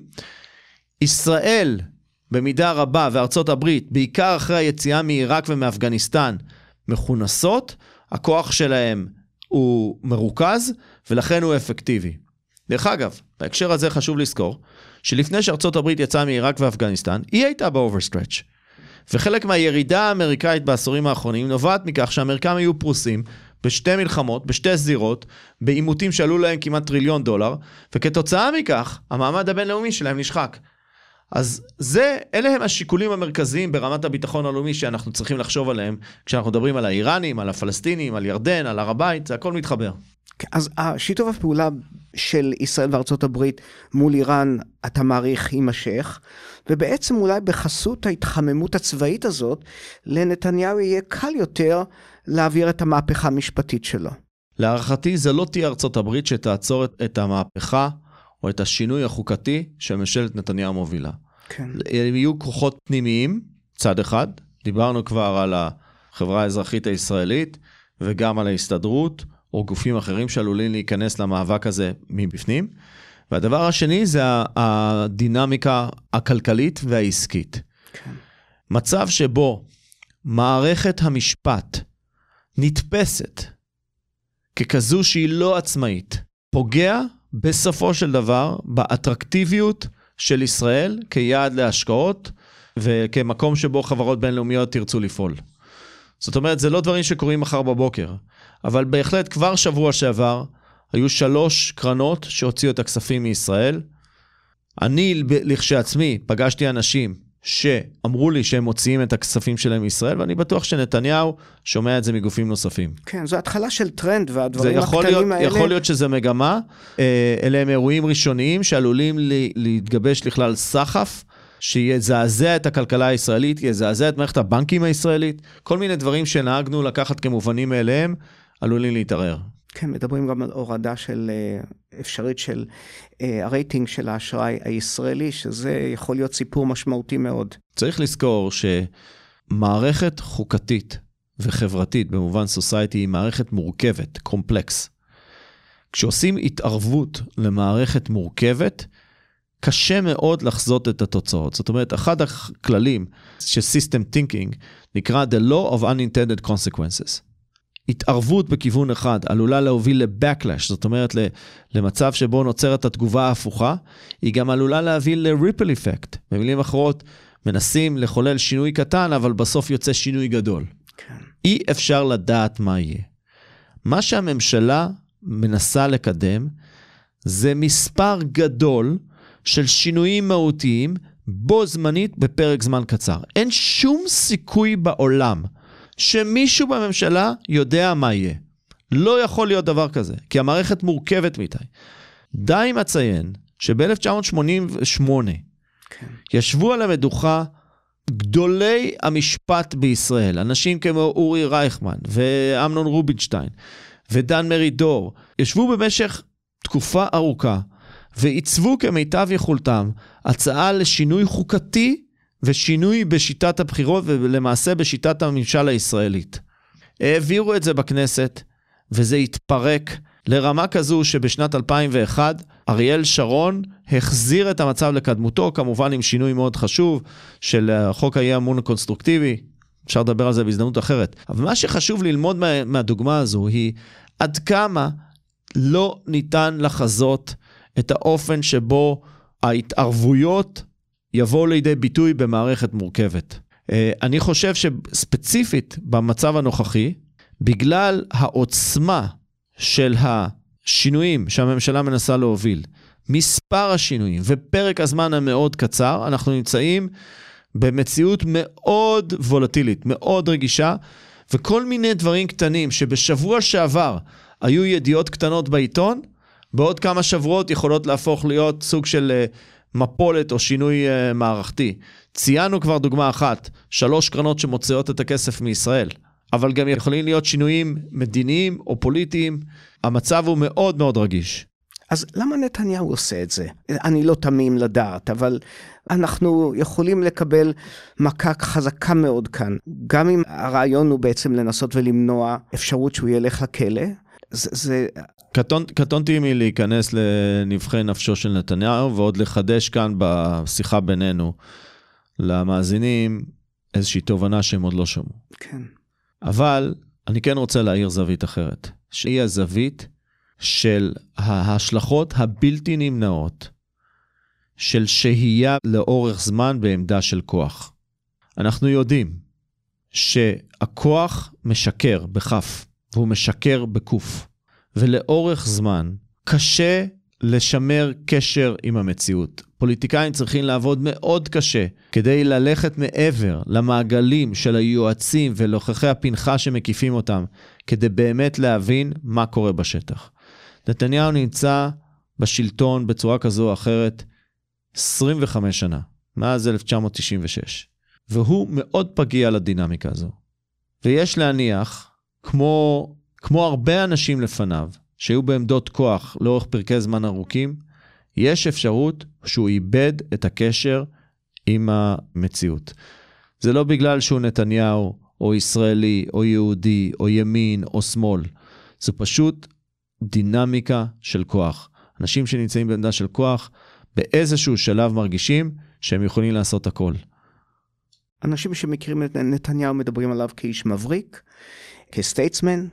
ישראל במידה רבה וארצות הברית, בעיקר אחרי היציאה מעיראק ומאפגניסטן, מכונסות, הכוח שלהם הוא מרוכז ולכן הוא אפקטיבי. דרך אגב, בהקשר הזה חשוב לזכור, שלפני שארצות הברית יצאה מעיראק ואפגניסטן, היא הייתה באוברסטרץ'. וחלק מהירידה האמריקאית בעשורים האחרונים נובעת מכך שהאמריקאים היו פרוסים בשתי מלחמות, בשתי זירות, בעימותים שעלו להם כמעט $1 טריליון, וכתוצאה מכך המעמד הבינלאומי שלהם נשחק. אז אלה הם השיקולים המרכזיים ברמת הביטחון הלאומי שאנחנו צריכים לחשוב עליהם, כשאנחנו מדברים על האיראנים, על הפלסטינים, על ירדן, על הר הבית, זה הכל מתחבר. אז השיתוף הפעולה של ישראל וארצות הברית מול איראן, אתה מעריך, יימשך, ובעצם אולי בחסות ההתחממות הצבאית הזאת, לנתניהו יהיה קל יותר להעביר את המהפכה המשפטית שלו. להערכתי זה לא תהיה ארצות הברית שתעצור את המהפכה, או את השינוי החוקתי שממשלת נתניהו מובילה. כן. יהיו כוחות פנימיים, צד אחד, דיברנו כבר על החברה האזרחית הישראלית, וגם על ההסתדרות, או גופים אחרים שעלולים להיכנס למאבק הזה מבפנים. והדבר השני זה הדינמיקה הכלכלית והעסקית. כן. מצב שבו מערכת המשפט נתפסת ככזו שהיא לא עצמאית, פוגע בסופו של דבר באטרקטיביות של ישראל כיעד להשקעות וכמקום שבו חברות בינלאומיות תרצו לפעול. זאת אומרת, זה לא דברים שקורים מחר בבוקר, אבל בהחלט כבר שבוע שעבר היו 3 קרנות שהוציאו את הכספים מישראל. אני לכשעצמי פגשתי אנשים שאמרו לי שהם מוציאים את הכספים שלהם מישראל, ואני בטוח שנתניהו שומע את זה מגופים נוספים. כן, זו התחלה של טרנד, והדברים הקטנים האלה... יכול להיות שזה מגמה, אלה הם אירועים ראשוניים שעלולים להתגבש לכלל סחף, שיזעזע את הכלכלה הישראלית, יזעזע את מערכת הבנקים הישראלית, כל מיני דברים שנהגנו לקחת כמובנים מאליהם, עלולים להתערער. כן, מדברים גם על הורדה של אפשרית של הרייטינג של האשראי הישראלי, שזה יכול להיות סיפור משמעותי מאוד. צריך לזכור שמערכת חוקתית וחברתית במובן סוסייטי היא מערכת מורכבת, קומפלקס. כשעושים התערבות למערכת מורכבת, קשה מאוד לחזות את התוצאות. זאת אומרת, אחד הכללים של System Thinking נקרא The Law of Unintended Consequences. התערבות בכיוון אחד עלולה להוביל לבקלאש, זאת אומרת למצב שבו נוצרת התגובה ההפוכה, היא גם עלולה להביא לריפל אפקט. במילים אחרות, מנסים לחולל שינוי קטן, אבל בסוף יוצא שינוי גדול. כן. אי אפשר לדעת מה יהיה. מה שהממשלה מנסה לקדם, זה מספר גדול של שינויים מהותיים, בו זמנית בפרק זמן קצר. אין שום סיכוי בעולם, שמישהו בממשלה יודע מה יהיה. לא יכול להיות דבר כזה, כי המערכת מורכבת מדי. די אם אציין שב-1988 כן. ישבו על המדוכה גדולי המשפט בישראל, אנשים כמו אורי רייכמן ואמנון רובינשטיין ודן מרידור, ישבו במשך תקופה ארוכה ועיצבו כמיטב יכולתם הצעה לשינוי חוקתי ושינוי בשיטת הבחירות ולמעשה בשיטת הממשל הישראלית. העבירו את זה בכנסת וזה התפרק לרמה כזו שבשנת 2001 אריאל שרון החזיר את המצב לקדמותו, כמובן עם שינוי מאוד חשוב של חוק האי-אמון הקונסטרוקטיבי, אפשר לדבר על זה בהזדמנות אחרת. אבל מה שחשוב ללמוד מהדוגמה הזו היא עד כמה לא ניתן לחזות את האופן שבו ההתערבויות יבואו לידי ביטוי במערכת מורכבת. אני חושב שספציפית במצב הנוכחי, בגלל העוצמה של השינויים שהממשלה מנסה להוביל, מספר השינויים ופרק הזמן המאוד קצר, אנחנו נמצאים במציאות מאוד וולטילית, מאוד רגישה, וכל מיני דברים קטנים שבשבוע שעבר היו ידיעות קטנות בעיתון, בעוד כמה שבועות יכולות להפוך להיות סוג של מפולת או שינוי מערכתי. ציינו כבר דוגמה אחת, 3 קרנות שמוציאות את הכסף מישראל, אבל גם יכולים להיות שינויים מדיניים או פוליטיים. המצב הוא מאוד מאוד רגיש. אז למה נתניהו עושה את זה? אני לא תמים לדעת, אבל אנחנו יכולים לקבל מכה חזקה מאוד כאן. גם אם הרעיון הוא בעצם לנסות ולמנוע אפשרות שהוא ילך לכלא, זה... קטונתי מלהיכנס לנבחי נפשו של נתניהו, ועוד לחדש כאן בשיחה בינינו למאזינים איזושהי תובנה שהם עוד לא שמעו. כן. אבל אני כן רוצה להעיר זווית אחרת, שהיא הזווית של ההשלכות הבלתי נמנעות של שהייה לאורך זמן בעמדה של כוח. אנחנו יודעים שהכוח משקר בכף, והוא משקר בקוף, ולאורך זמן קשה לשמר קשר עם המציאות. פוליטיקאים צריכים לעבוד מאוד קשה כדי ללכת מעבר למעגלים של היועצים ולוכחי הפנחה שמקיפים אותם, כדי באמת להבין מה קורה בשטח. נתניהו נמצא בשלטון בצורה כזו או אחרת 25 שנה, מאז 1996, והוא מאוד פגיע לדינמיקה הזו. ויש להניח, כמו הרבה אנשים לפניו, שהיו בעמדות כוח לאורך פרקי זמן ארוכים, יש אפשרות שהוא איבד את הקשר עם המציאות. זה לא בגלל שהוא נתניהו, או ישראלי, או יהודי, או ימין, או שמאל. זה פשוט דינמיקה של כוח. אנשים שנמצאים בעמדה של כוח, באיזשהו שלב מרגישים שהם יכולים לעשות הכל. אנשים שמכירים את נתניהו מדברים עליו כאיש מבריק, כסטייטסמן,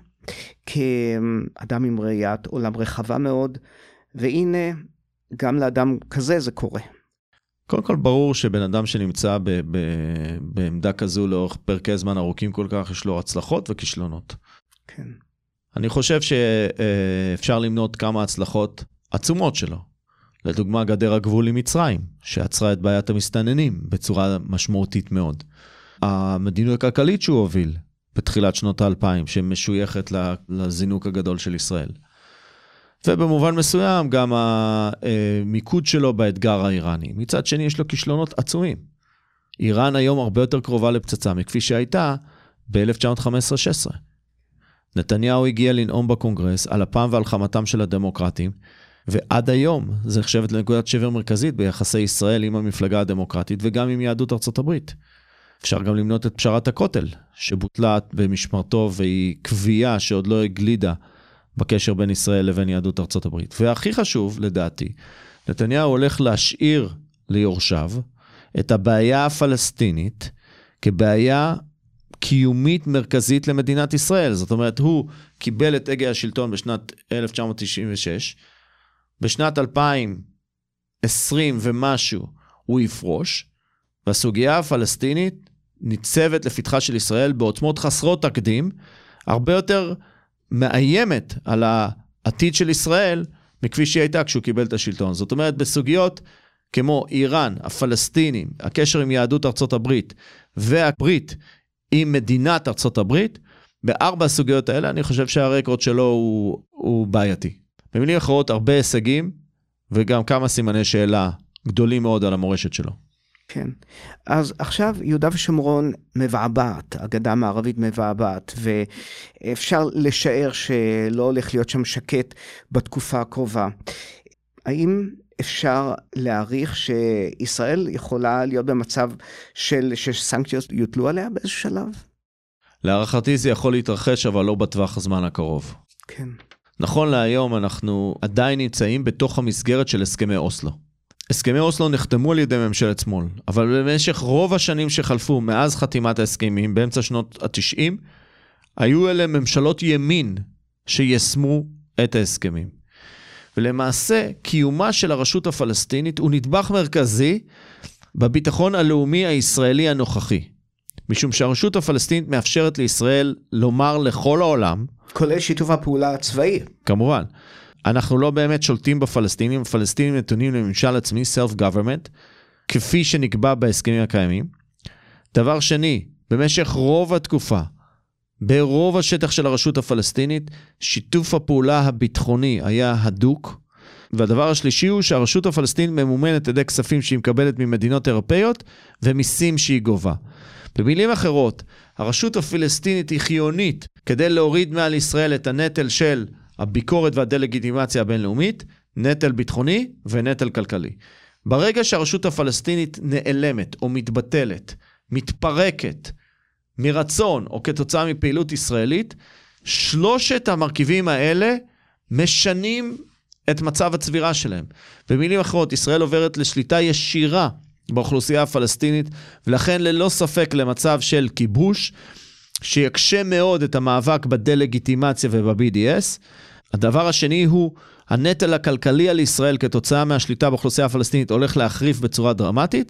כאדם עם ראיית עולם רחבה מאוד, והנה, גם לאדם כזה זה קורה. קודם כל ברור שבן אדם שנמצא בעמדה כזו לאורך פרקי זמן ארוכים כל כך, יש לו הצלחות וכישלונות. כן. אני חושב שאפשר למנות כמה הצלחות עצומות שלו. לדוגמה, גדר הגבול עם מצרים, שעצרה את בעיית המסתננים בצורה משמעותית מאוד. המדיניות הכלכלית שהוא הוביל בתחילת שנות ה-2000, שמשויכת לזינוק הגדול של ישראל. ובמובן מסוים גם המיקוד שלו באתגר האיראני. מצד שני יש לו כישלונות עצומים. איראן היום הרבה יותר קרובה לפצצה מכפי שהייתה ב-1915-16. נתניהו הגיע לנאום בקונגרס על אפם ועל חמתם של הדמוקרטים, ועד היום זה נחשבת לנקודת שבר מרכזית ביחסי ישראל עם המפלגה הדמוקרטית וגם עם יהדות ארצות הברית. אפשר גם למנות את פשרת הכותל, שבוטלה במשמרתו והיא קביעה שעוד לא הגלידה בקשר בין ישראל לבין יהדות ארצות הברית. והכי חשוב, לדעתי, נתניהו הולך להשאיר ליורשיו את הבעיה הפלסטינית כבעיה קיומית מרכזית למדינת ישראל. זאת אומרת, הוא קיבל את הגה השלטון בשנת 1996, בשנת 2020 ומשהו הוא יפרוש, והסוגיה הפלסטינית ניצבת לפתחה של ישראל בעוצמות חסרות תקדים, הרבה יותר מאיימת על העתיד של ישראל מכפי שהיא הייתה כשהוא קיבל את השלטון. זאת אומרת, בסוגיות כמו איראן, הפלסטינים, הקשר עם יהדות ארצות הברית והברית עם מדינת ארצות הברית, בארבע הסוגיות האלה אני חושב שהרקורד שלו הוא בעייתי. במילים אחרות, הרבה הישגים וגם כמה סימני שאלה גדולים מאוד על המורשת שלו. כן. אז עכשיו יהודה ושומרון מבעבעת, הגדה המערבית מבעבעת, ואפשר לשער שלא הולך להיות שם שקט בתקופה הקרובה. האם אפשר להעריך שישראל יכולה להיות במצב שסנקציות יוטלו עליה באיזשהו שלב? להערכתי זה יכול להתרחש, אבל לא בטווח הזמן הקרוב. כן. נכון להיום אנחנו עדיין נמצאים בתוך המסגרת של הסכמי אוסלו. הסכמי אוסלו נחתמו על ידי ממשלת שמאל, אבל במשך רוב השנים שחלפו מאז חתימת ההסכמים, באמצע שנות ה-90, היו אלה ממשלות ימין שיישמו את ההסכמים. ולמעשה, קיומה של הרשות הפלסטינית הוא נדבך מרכזי בביטחון הלאומי הישראלי הנוכחי. משום שהרשות הפלסטינית מאפשרת לישראל לומר לכל העולם, כולל שיתוף הפעולה הצבאי. כמובן, אנחנו לא באמת שולטים בפלסטינים, הפלסטינים נתונים לממשל עצמי, self-government, כפי שנקבע בהסכמים הקיימים. דבר שני, במשך רוב התקופה, ברוב השטח של הרשות הפלסטינית, שיתוף הפעולה הביטחוני היה הדוק, והדבר השלישי הוא שהרשות הפלסטינית ממומנת על ידי כספים שהיא מקבלת ממדינות אירופאיות, ומיסים שהיא גובה. במילים אחרות, הרשות הפלסטינית היא חיונית כדי להוריד מעל ישראל את הנטל של הביקורת והדלגיטימציה הבינלאומית, נטל ביטחוני ונטל כלכלי. ברגע שהרשות הפלסטינית נעלמת או מתבטלת, מתפרקת מרצון או כתוצאה מפעילות ישראלית, שלושת המרכיבים האלה משנים את מצב הצבירה שלהם. במילים אחרות, ישראל עוברת לשליטה ישירה באוכלוסייה הפלסטינית, ולכן ללא ספק למצב של כיבוש, שיקשה מאוד את המאבק בדלגיטימציה וב-BDS. הדבר השני הוא, הנטל הכלכלי על ישראל כתוצאה מהשליטה באוכלוסייה הפלסטינית הולך להחריף בצורה דרמטית,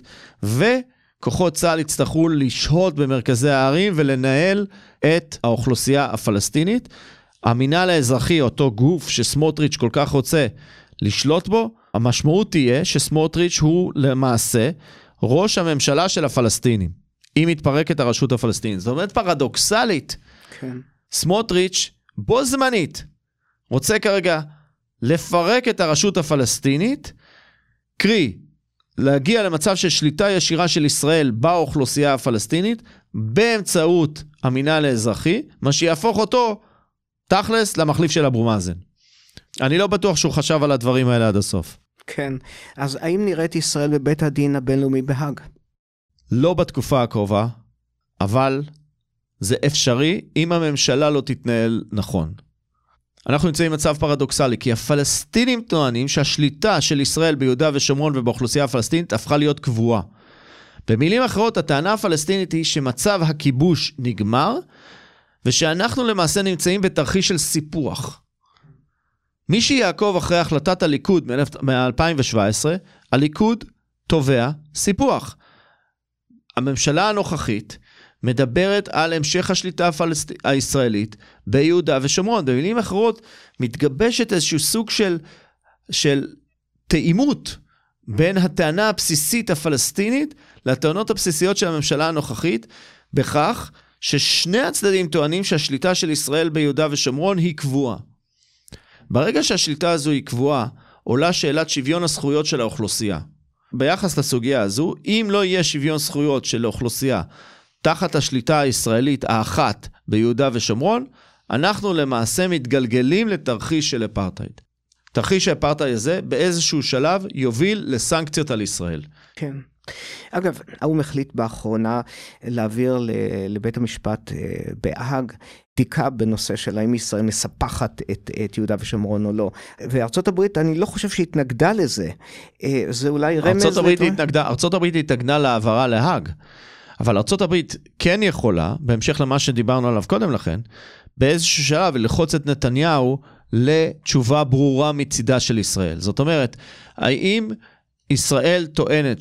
וכוחות צה"ל יצטרכו לשהות במרכזי הערים ולנהל את האוכלוסייה הפלסטינית. המינהל האזרחי, אותו גוף שסמוטריץ' כל כך רוצה לשלוט בו, המשמעות תהיה שסמוטריץ' הוא למעשה ראש הממשלה של הפלסטינים. אם מתפרקת הרשות הפלסטינית. זאת אומרת פרדוקסלית, כן. סמוטריץ' בו זמנית רוצה כרגע לפרק את הרשות הפלסטינית, קרי, להגיע למצב של שליטה ישירה של ישראל באוכלוסייה הפלסטינית, באמצעות המינהל האזרחי, מה שיהפוך אותו תכלס למחליף של אבו מאזן. אני לא בטוח שהוא חשב על הדברים האלה עד הסוף. כן, אז האם נראית ישראל בבית הדין הבינלאומי בהאג? לא בתקופה הקרובה, אבל זה אפשרי אם הממשלה לא תתנהל נכון. אנחנו נמצאים במצב פרדוקסלי, כי הפלסטינים טוענים שהשליטה של ישראל ביהודה ושומרון ובאוכלוסייה הפלסטינית הפכה להיות קבועה. במילים אחרות, הטענה הפלסטינית היא שמצב הכיבוש נגמר, ושאנחנו למעשה נמצאים בתרחיש של סיפוח. מי שיעקוב אחרי החלטת הליכוד מ-2017, הליכוד תובע סיפוח. הממשלה הנוכחית מדברת על המשך השליטה הישראלית ביהודה ושומרון. במילים אחרות, מתגבשת איזשהו סוג של תאימות בין הטענה הבסיסית הפלסטינית לטענות הבסיסיות של הממשלה הנוכחית, בכך ששני הצדדים טוענים שהשליטה של ישראל ביהודה ושומרון היא קבועה. ברגע שהשליטה הזו היא קבועה, עולה שאלת שוויון הזכויות של האוכלוסייה. ביחס לסוגיה הזו, אם לא יהיה שוויון זכויות של האוכלוסייה תחת השליטה הישראלית האחת ביהודה ושומרון, אנחנו למעשה מתגלגלים לתרחיש של אפרטהייד. תרחיש האפרטהייד הזה באיזשהו שלב יוביל לסנקציות על ישראל. כן. אגב, האו"ם החליט באחרונה להעביר לבית המשפט בהאג בדיקה בנושא של האם ישראל מספחת את יהודה ושומרון או לא. וארצות הברית, אני לא חושב שהתנגדה לזה. זה אולי רמז... ארצות הברית התנגדה להעברה להאג. אבל ארצות הברית כן יכולה, בהמשך למה שדיברנו עליו קודם לכן, באיזשהו שלב לחוץ את נתניהו לתשובה ברורה מצידה של ישראל. זאת אומרת, האם ישראל טוענת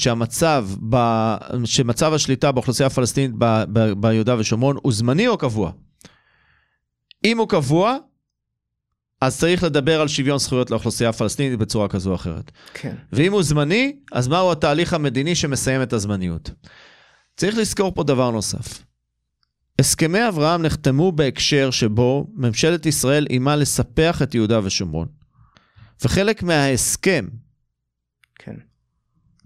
שמצב השליטה באוכלוסייה הפלסטינית ביהודה ושומרון הוא זמני או קבוע? אם הוא קבוע, אז צריך לדבר על שוויון זכויות לאוכלוסייה הפלסטינית בצורה כזו או אחרת. כן. ואם הוא זמני, אז מהו התהליך המדיני שמסיים את הזמניות? צריך לזכור פה דבר נוסף. הסכמי אברהם נחתמו בהקשר שבו ממשלת ישראל אימה לספח את יהודה ושומרון. וחלק מההסכם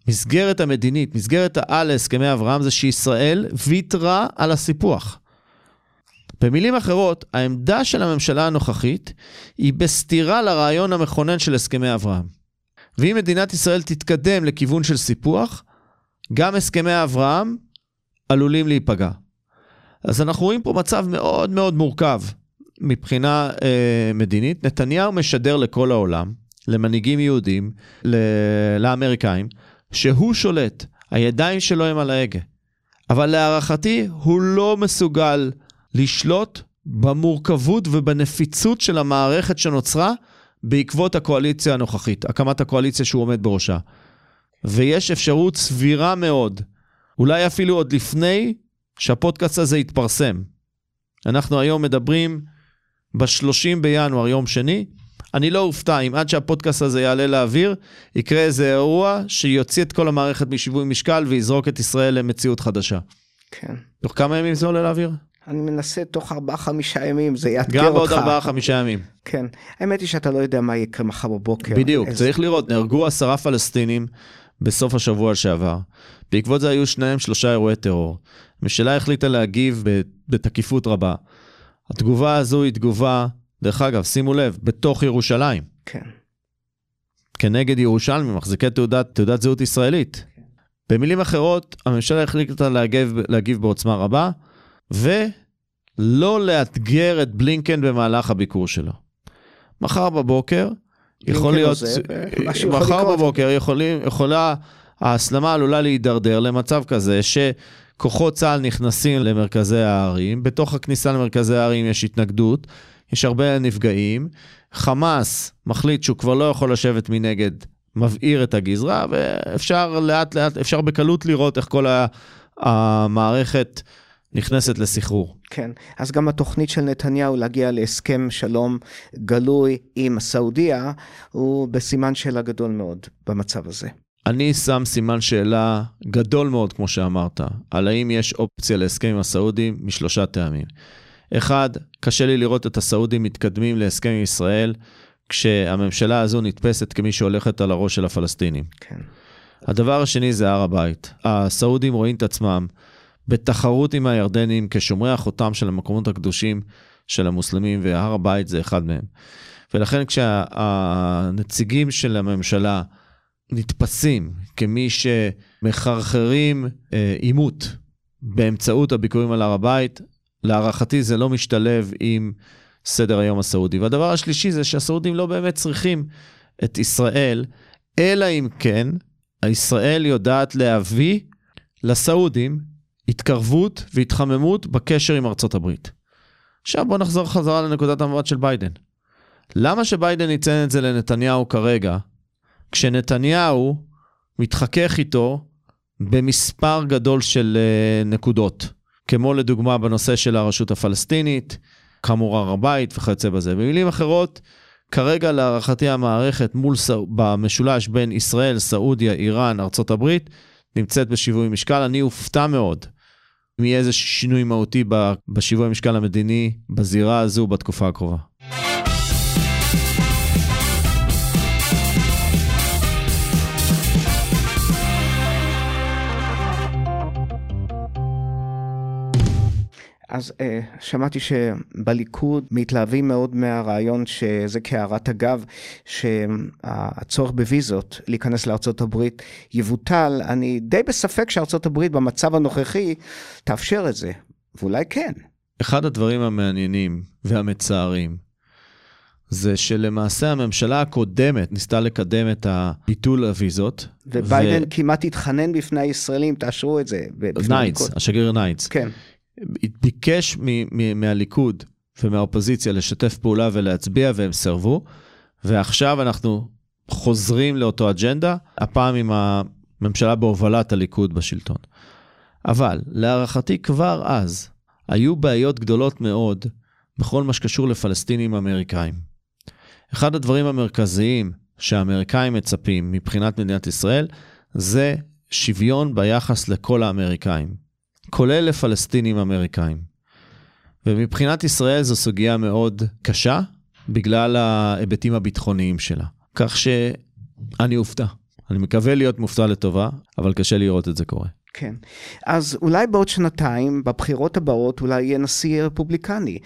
המסגרת המדינית, מסגרת העל להסכמי אברהם, זה שישראל ויתרה על הסיפוח. במילים אחרות, העמדה של הממשלה הנוכחית היא בסתירה לרעיון המכונן של הסכמי אברהם. ואם מדינת ישראל תתקדם לכיוון של סיפוח, גם הסכמי אברהם עלולים להיפגע. אז אנחנו רואים פה מצב מאוד מאוד מורכב מבחינה מדינית. נתניהו משדר לכל העולם, למנהיגים יהודים, לאמריקאים, שהוא שולט, הידיים שלו הם על ההגה. אבל להערכתי הוא לא מסוגל לשלוט במורכבות ובנפיצות של המערכת שנוצרה בעקבות הקואליציה הנוכחית, הקמת הקואליציה שהוא עומד בראשה. ויש אפשרות סבירה מאוד, אולי אפילו עוד לפני שהפודקאסט הזה יתפרסם. אנחנו היום מדברים ב-30 בינואר, יום שני. אני לא אופתע אם עד שהפודקאסט הזה יעלה לאוויר, יקרה איזה אירוע שיוציא את כל המערכת משיווי משקל ויזרוק את ישראל למציאות חדשה. כן. תוך כמה ימים זה עולה לאוויר? אני מנסה תוך 4-5 ימים, זה יאתגר אותך. גם בעוד 4-5 ימים. כן. האמת היא שאתה לא יודע מה יקרה מחר בבוקר. בדיוק, צריך לראות, נהרגו 10 פלסטינים בסוף השבוע שעבר. בעקבות זה היו 3 אירועי טרור. הממשלה החליטה להגיב בתקיפות רבה. התגובה הזו היא תגובה, דרך אגב, שימו לב, בתוך ירושלים. כן. כנגד ירושלים, מחזיקי תעודת זהות ישראלית. במילים אחרות, הממשלה החליטה להגיב בעוצמה רבה, ולא לאתגר את בלינקן במהלך הביקור שלו. מחר בבוקר, יכול להיות, מחר בבוקר יכולה, ההסלמה עלולה להידרדר למצב כזה שכוחות צה"ל נכנסים למרכזי הערים, בתוך הכניסה למרכזי הערים יש התנגדות, יש הרבה נפגעים, חמאס מחליט שהוא כבר לא יכול לשבת מנגד, מבעיר את הגזרה, ואפשר לאט לאט, אפשר בקלות לראות איך כל המערכת נכנסת לסחרור. כן, אז גם התוכנית של נתניהו להגיע להסכם שלום גלוי עם סעודיה, הוא בסימן שאלה גדול מאוד במצב הזה. אני שם סימן שאלה גדול מאוד, כמו שאמרת, על האם יש אופציה להסכם עם הסעודים משלושה טעמים. אחד, קשה לי לראות את הסעודים מתקדמים להסכם עם ישראל, כשהממשלה הזו נתפסת כמי שהולכת על הראש של הפלסטינים. כן. הדבר השני זה הר הבית. הסעודים רואים את עצמם בתחרות עם הירדנים כשומרי החותם של המקומות הקדושים של המוסלמים, והר הבית זה אחד מהם. ולכן כשהנציגים של הממשלה נתפסים כמי שמחרחרים עימות באמצעות הביקורים על הר הבית, להערכתי זה לא משתלב עם סדר היום הסעודי. והדבר השלישי זה שהסעודים לא באמת צריכים את ישראל, אלא אם כן, ישראל יודעת להביא לסעודים התקרבות והתחממות בקשר עם ארצות הברית. עכשיו בוא נחזור חזרה לנקודת המבט של ביידן. למה שביידן ייצן את זה לנתניהו כרגע, כשנתניהו מתחכך איתו במספר גדול של נקודות, כמו לדוגמה בנושא של הרשות הפלסטינית, כאמור הר הבית וכיוצא בזה. במילים אחרות, כרגע להערכתי המערכת במשולש בין ישראל, סעודיה, איראן, ארצות הברית, נמצאת בשיווי משקל. אני אופתע מאוד אם יהיה איזה שינוי מהותי בשיווי המשקל המדיני בזירה הזו בתקופה הקרובה. אז שמעתי שבליכוד מתלהבים מאוד מהרעיון שזה כהערת אגב, שהצורך בוויזות להיכנס לארצות הברית יבוטל. אני די בספק שארצות הברית במצב הנוכחי תאפשר את זה, ואולי כן. אחד הדברים המעניינים והמצערים, זה שלמעשה הממשלה הקודמת ניסתה לקדם את ביטול הוויזות. וביידן כמעט התחנן בפני הישראלים, תאשרו את זה. ניידס, השגריר ניידס. כן. ביקש מהליכוד ומהאופוזיציה לשתף פעולה ולהצביע, והם סרבו, ועכשיו אנחנו חוזרים לאותו אג'נדה, הפעם עם הממשלה בהובלת הליכוד בשלטון. אבל להערכתי כבר אז, היו בעיות גדולות מאוד בכל מה שקשור לפלסטינים אמריקאים. אחד הדברים המרכזיים שהאמריקאים מצפים מבחינת מדינת ישראל, זה שוויון ביחס לכל האמריקאים. כולל לפלסטינים אמריקאים. ומבחינת ישראל זו סוגיה מאוד קשה, בגלל ההיבטים הביטחוניים שלה. כך שאני אופתע. אני מקווה להיות מופתע לטובה, אבל קשה לראות את זה קורה. כן. אז אולי בעוד שנתיים, בבחירות הבאות, אולי יהיה נשיא רפובליקני,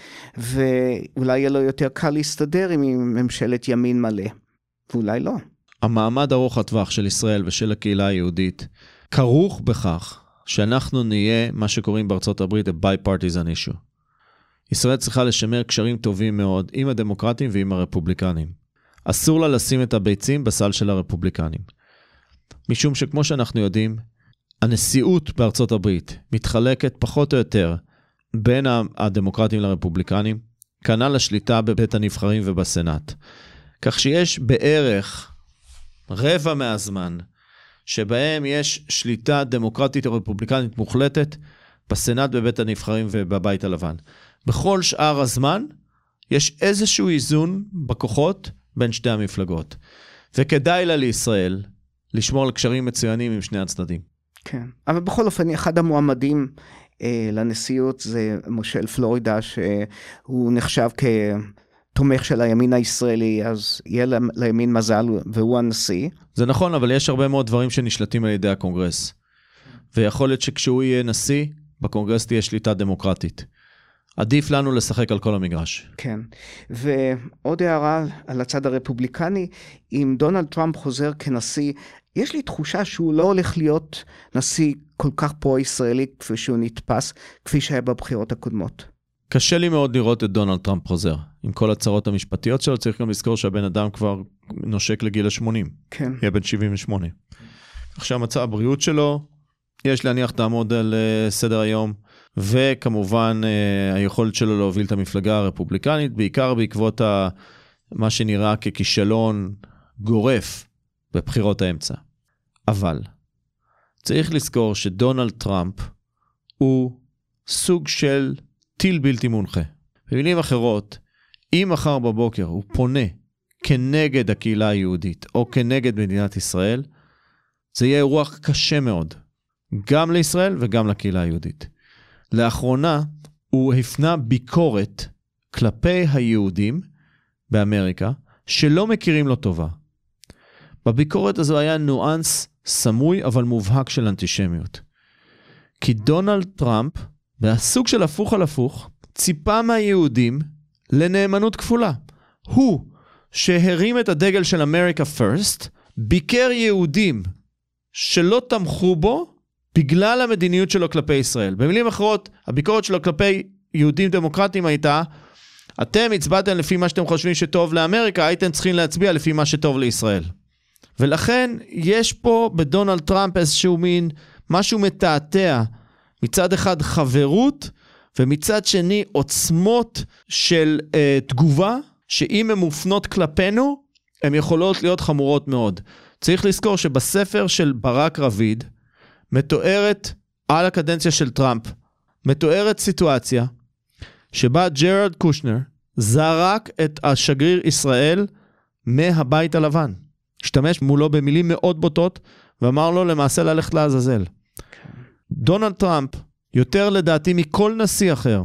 ואולי יהיה לו יותר קל להסתדר עם ממשלת ימין מלא, ואולי לא. המעמד ארוך הטווח של ישראל ושל הקהילה היהודית, כרוך בכך שאנחנו נהיה מה שקוראים בארצות הברית a bipartisan issue. ישראל צריכה לשמר קשרים טובים מאוד עם הדמוקרטים ועם הרפובליקנים. אסור לה לשים את הביצים בסל של הרפובליקנים. משום שכמו שאנחנו יודעים, הנשיאות בארצות הברית מתחלקת פחות או יותר בין הדמוקרטים לרפובליקנים, כנ"ל השליטה בבית הנבחרים ובסנאט. כך שיש בערך רבע מהזמן שבהם יש שליטה דמוקרטית או רפובליקנית מוחלטת בסנאט, בבית הנבחרים ובבית הלבן. בכל שאר הזמן יש איזשהו איזון בכוחות בין שתי המפלגות. וכדאי לה לישראל לשמור על קשרים מצוינים עם שני הצדדים. כן, אבל בכל אופן, אחד המועמדים לנשיאות זה מושל פלורידה, שהוא נחשב כתומך של הימין הישראלי, אז יהיה לימין מזל והוא הנשיא. זה נכון, אבל יש הרבה מאוד דברים שנשלטים על ידי הקונגרס. ויכול להיות שכשהוא יהיה נשיא, בקונגרס תהיה שליטה דמוקרטית. עדיף לנו לשחק על כל המגרש. כן, ועוד הערה על הצד הרפובליקני, אם דונלד טראמפ חוזר כנשיא, יש לי תחושה שהוא לא הולך להיות נשיא כל כך פרו-ישראלי כפי שהוא נתפס, כפי שהיה בבחירות הקודמות. קשה לי מאוד לראות את דונלד טראמפ חוזר. עם כל הצרות המשפטיות שלו, צריך גם לזכור שהבן אדם כבר נושק לגיל ה-80. כן. יהיה בן 78. עכשיו מצע הבריאות שלו, יש להניח תעמוד על סדר היום, וכמובן היכולת שלו להוביל את המפלגה הרפובליקנית, בעיקר בעקבות מה שנראה ככישלון גורף בבחירות האמצע. אבל צריך לזכור שדונלד טראמפ הוא סוג של טיל בלתי מונחה. במילים אחרות, אם מחר בבוקר הוא פונה כנגד הקהילה היהודית או כנגד מדינת ישראל, זה יהיה אירוע קשה מאוד, גם לישראל וגם לקהילה היהודית. לאחרונה הוא הפנה ביקורת כלפי היהודים באמריקה שלא מכירים לו טובה. בביקורת הזו היה נואנס סמוי אבל מובהק של אנטישמיות. כי דונלד טראמפ, בסוג של הפוך על הפוך, ציפה מהיהודים לנאמנות כפולה. הוא שהרים את הדגל של אמריקה פרסט, ביקר יהודים שלא תמכו בו בגלל המדיניות שלו כלפי ישראל. במילים אחרות, הביקורת שלו כלפי יהודים דמוקרטיים הייתה, אתם הצבעתם לפי מה שאתם חושבים שטוב לאמריקה, הייתם צריכים להצביע לפי מה שטוב לישראל. ולכן יש פה בדונלד טראמפ איזשהו מין משהו מתעתע, מצד אחד חברות, ומצד שני עוצמות של תגובה, שאם הן מופנות כלפינו, הן יכולות להיות חמורות מאוד. צריך לזכור שבספר של ברק רביד, מתוארת על הקדנציה של טראמפ, מתוארת סיטואציה, שבה ג'רד קושנר זרק את השגריר ישראל מהבית הלבן. השתמש מולו במילים מאוד בוטות, ואמר לו למעשה ללכת לעזאזל. דונלד טראמפ, יותר לדעתי מכל נשיא אחר,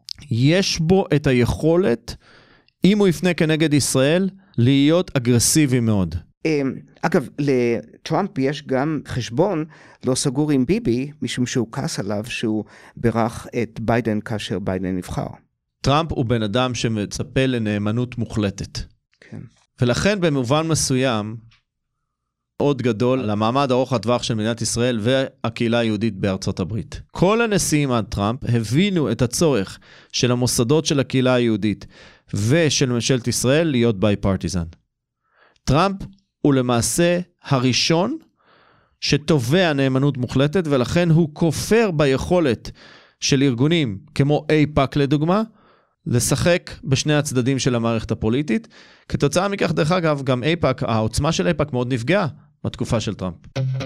יש בו את היכולת, אם הוא יפנה כנגד ישראל, להיות אגרסיבי מאוד. אגב, לטראמפ יש גם חשבון לא סגור עם ביבי, משום שהוא כעס עליו שהוא בירך את ביידן כאשר ביידן נבחר. טראמפ הוא בן אדם שמצפה לנאמנות מוחלטת. כן. ולכן במובן מסוים, עוד גדול למעמד ארוך הטווח של מדינת ישראל והקהילה היהודית בארצות הברית. כל הנשיאים עד טראמפ הבינו את הצורך של המוסדות של הקהילה היהודית ושל ממשלת ישראל להיות ביפרטיזן. טראמפ הוא למעשה הראשון שתובע נאמנות מוחלטת, ולכן הוא כופר ביכולת של ארגונים כמו אייפאק לדוגמה, לשחק בשני הצדדים של המערכת הפוליטית. כתוצאה מכך, דרך אגב, גם אייפאק, העוצמה של אייפאק מאוד נפגעה בתקופה של טראמפ.